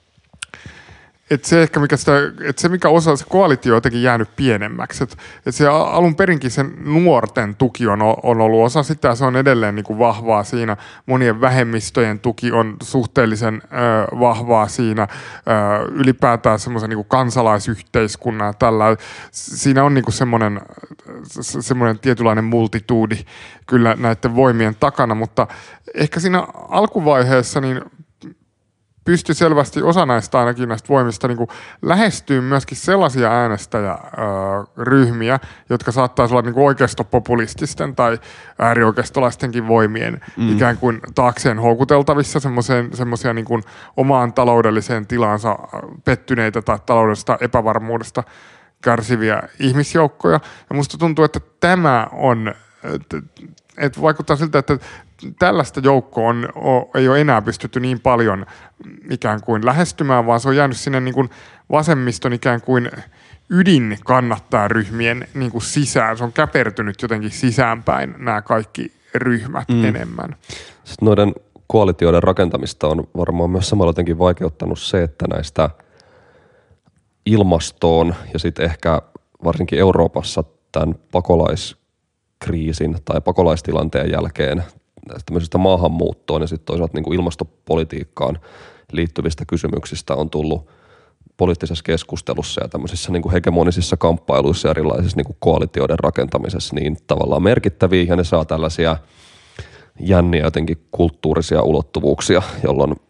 mikä osa se koalitio on jotenkin jäänyt pienemmäksi. Että se alun perinkin sen nuorten tuki on ollut osa sitä, se on edelleen niin kuin vahvaa siinä. Monien vähemmistöjen tuki on suhteellisen vahvaa siinä. Ylipäätään semmoisen niin kuin kansalaisyhteiskunnan tällä. Siinä on niin kuin semmoinen tietynlainen multituudi kyllä näiden voimien takana, mutta ehkä siinä alkuvaiheessa niin pystyi selvästi osa näistä ainakin näistä voimista niin kuin lähestyy myöskin sellaisia äänestäjäryhmiä, jotka saattaisi olla niin kuin oikeistopopulististen tai äärioikeistolaistenkin voimien ikään kuin taakseen houkuteltavissa semmoisia niin kuin omaan taloudelliseen tilaansa pettyneitä tai taloudellisesta epävarmuudesta kärsiviä ihmisjoukkoja. Ja musta tuntuu, että tämä on, että vaikuttaa siltä, että tällaista joukkoa ei ole enää pystytty niin paljon ikään kuin lähestymään, vaan se on jäänyt sinne niin kuin vasemmiston ikään kuin ydin kannattajaryhmien niin kuin sisään. Se on käpertynyt jotenkin sisäänpäin nämä kaikki ryhmät enemmän. Sitten noiden koalitioiden rakentamista on varmaan myös samalla jotenkin vaikeuttanut se, että näistä ilmastoon ja sitten ehkä varsinkin Euroopassa tämän pakolaiskriisin tai pakolaistilanteen jälkeen tämmöisestä maahanmuuttoon ja sitten toisaalta niin kuin ilmastopolitiikkaan liittyvistä kysymyksistä on tullut poliittisessa keskustelussa ja tämmöisissä niin kuin hegemonisissa kamppailuissa ja erilaisissa niin kuin koalitioiden rakentamisessa niin tavallaan merkittäviä ja ne saa tällaisia jänniä jotenkin kulttuurisia ulottuvuuksia, jolloin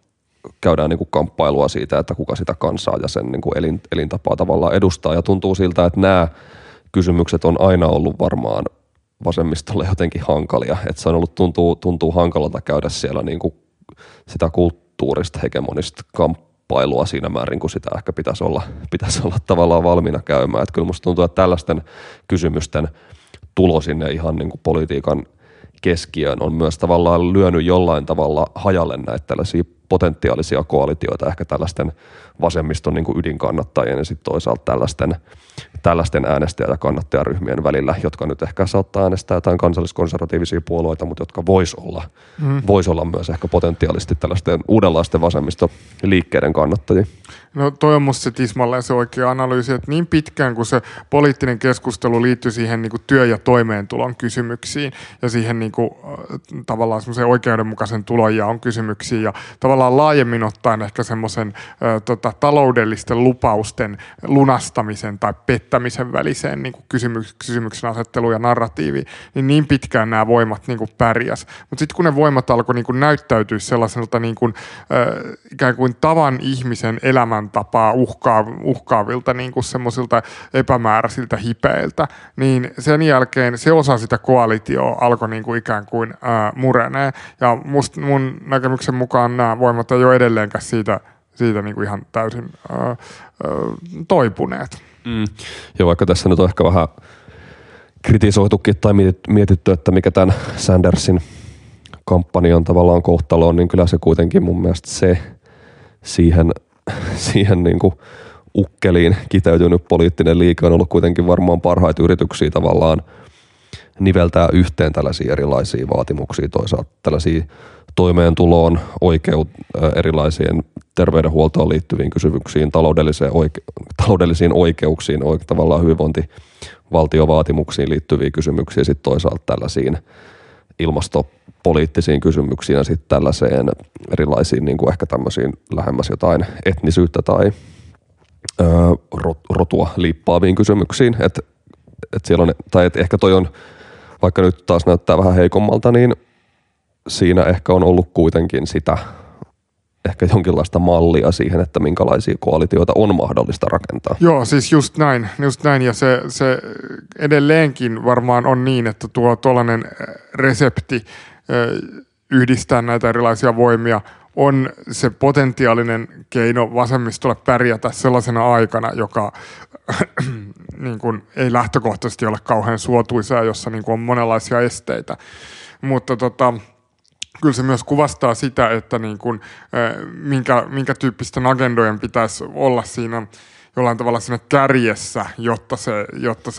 käydään niin kuin kamppailua siitä, että kuka sitä kansaa ja sen niin kuin elintapaa tavallaan edustaa. Ja tuntuu siltä, että nämä kysymykset on aina ollut varmaan vasemmistolle jotenkin hankalia. Että se on ollut, tuntuu hankalalta käydä siellä niin kuin sitä kulttuurista hegemonista kamppailua siinä määrin, kun sitä ehkä pitäisi olla tavallaan valmiina käymään. Että kyllä musta tuntuu, että tällaisten kysymysten tulo sinne ihan niin kuin politiikan keskiöön on myös tavallaan lyönyt jollain tavalla hajalle näitä tällaisia potentiaalisia koalitioita ehkä tällaisten vasemmiston niin kuin ydinkannattajien ja sitten toisaalta tällaisten äänestäjä- ja kannattajaryhmien välillä, jotka nyt ehkä saattaa äänestää jotain kansalliskonservatiivisia puolueita, mutta jotka vois olla myös ehkä potentiaalisesti tällaisten uudenlaisten vasemmistoliikkeiden kannattajia. No toi on musta se tismalleen se oikea analyysi, että niin pitkään kuin se poliittinen keskustelu liittyy siihen niin kuin työ- ja toimeentulon kysymyksiin ja siihen niin kuin, tavallaan semmoisen oikeudenmukaisen tulonjaon kysymyksiin ja tavallaan laajemmin ottaen ehkä semmoisen taloudellisten lupausten lunastamisen tai pettämisen väliseen niin kuin kysymyksen asetteluun ja narratiiviin, niin pitkään nämä voimat niin kuin pärjäs. Mutta sitten kun ne voimat alkoi niin kuin näyttäytyä sellaiselta niin kuin, ikään kuin tavan ihmisen elämäntapaa uhkaavilta niin kuin semmoisilta epämääräisiltä hipeiltä, niin sen jälkeen se osa sitä koalitioa alkoi niin kuin ikään kuin murenee. Ja mun näkemyksen mukaan nämä voimat ei ole edelleenkään siitä niin kuin ihan täysin toipuneet. Ja vaikka tässä nyt on ehkä vähän kritisoitukin tai mietitty, että mikä tämän Sandersin kampanjan tavallaan kohtalo on, niin kyllä se kuitenkin mun mielestä se siihen niin kuin ukkeliin kiteytynyt poliittinen liike on ollut kuitenkin varmaan parhaita yrityksiä tavallaan niveltää yhteen tällaisia erilaisia vaatimuksia, toisaalta tällaisia toimeentuloon, erilaisiin terveydenhuoltoon liittyviin kysymyksiin, taloudellisiin oikeuksiin, tavallaan hyvinvointivaltiovaatimuksiin liittyviä kysymyksiä, sitten toisaalta tällaisiin ilmastopoliittisiin kysymyksiin ja sitten tällaiseen erilaisiin niin kuin ehkä tämmöisiin lähemmäs jotain etnisyyttä tai rotua liippaaviin kysymyksiin, että siellä on, tai että ehkä toi on, vaikka nyt taas näyttää vähän heikommalta, niin siinä ehkä on ollut kuitenkin sitä ehkä jonkinlaista mallia siihen, että minkälaisia koalitioita on mahdollista rakentaa. Joo, siis just näin. Ja se edelleenkin varmaan on niin, että tuollainen resepti yhdistää näitä erilaisia voimia on se potentiaalinen keino vasemmistolle pärjätä sellaisena aikana, joka niin kuin ei lähtökohtaisesti ole kauhean suotuisaa, jossa niin kuin on monenlaisia esteitä. Mutta kyllä se myös kuvastaa sitä, että niin kuin, minkä tyyppisten agendojen pitäisi olla siinä jollain tavalla siinä kärjessä, jotta se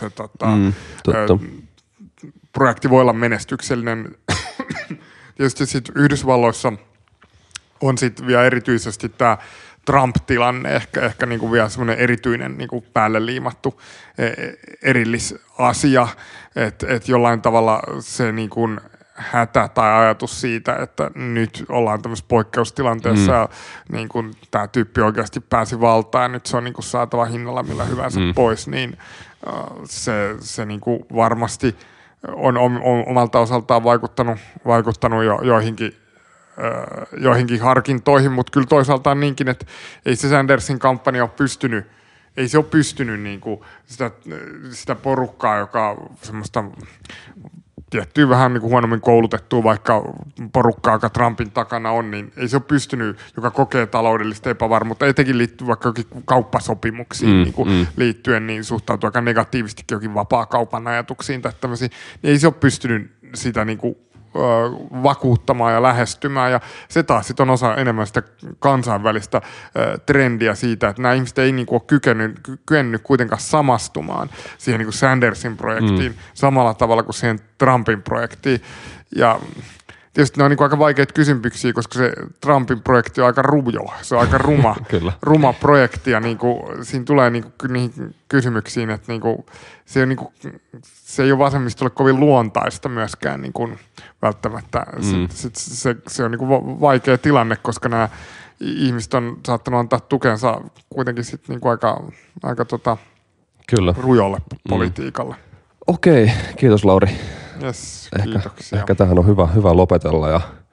projekti voi olla menestyksellinen. Tietysti sitten Yhdysvalloissa on sitten vielä erityisesti tämä Trump-tilanne ehkä niin kuin vielä semmoinen erityinen niin kuin päälle liimattu erillisasia, että jollain tavalla se niin kuin hätä tai ajatus siitä, että nyt ollaan tämmöisessä poikkeustilanteessa ja niin kun tämä tyyppi oikeasti pääsi valtaan ja nyt se on niin kun saatava hinnalla millä hyvänsä pois, niin se niin kun varmasti on omalta osaltaan vaikuttanut jo joihinkin harkintoihin, mutta kyllä toisaalta on niinkin, että ei se Sandersin kampanja ole pystynyt niin kuin sitä porukkaa, joka semmoista tiettyä vähän niin kuin huonommin koulutettua vaikka porukkaa, joka Trumpin takana on, niin ei se ole pystynyt, joka kokee taloudellista epävarmuutta, etenkin liittyy vaikka kauppasopimuksiin niin kuin liittyen, niin suhtautuu aika negatiivistikin jokin vapaa-kaupan ajatuksiin tai tämmöisiin, niin ei se ole pystynyt sitä niin kuin vakuuttamaan ja lähestymään, ja se taas sit on osa enemmän sitä kansainvälistä trendiä siitä, että nämä ihmiset ei niinku ole kyennyt kuitenkaan samastumaan siihen niinku Sandersin projektiin samalla tavalla kuin siihen Trumpin projektiin, ja tietysti ne on niinku aika vaikeita kysymyksiä, koska se Trumpin projekti on aika rujo, se on aika ruma projekti, ja niinku, siinä tulee niinku niihin kysymyksiin, että niinku, se ei ole vasemmistolle kovin luontaista myöskään niinku, välttämättä. Se on niinku vaikea tilanne, koska nämä ihmiset on saattanut antaa tukensa kuitenkin sit niinku aika Kyllä. rujolle politiikalle. Okei, kiitos Lauri. Yes, kiitoksia. Ehkä tähän on hyvä lopetella ja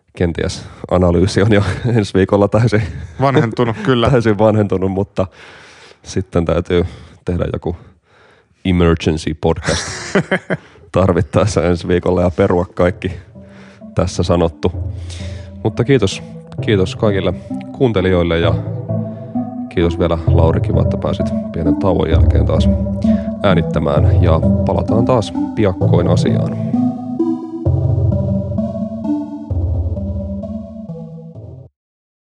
kenties analyysi on jo ensi viikolla täysin Vanhentunut kyllä. täysin vanhentunut, mutta sitten täytyy tehdä joku emergency podcast tarvittaessa ensi viikolla ja perua kaikki tässä sanottu. Mutta kiitos kaikille kuuntelijoille ja kiitos vielä Lauri, kiva, että pääsit pienen tauon jälkeen taas äänittämään ja palataan taas piakkoin asiaan.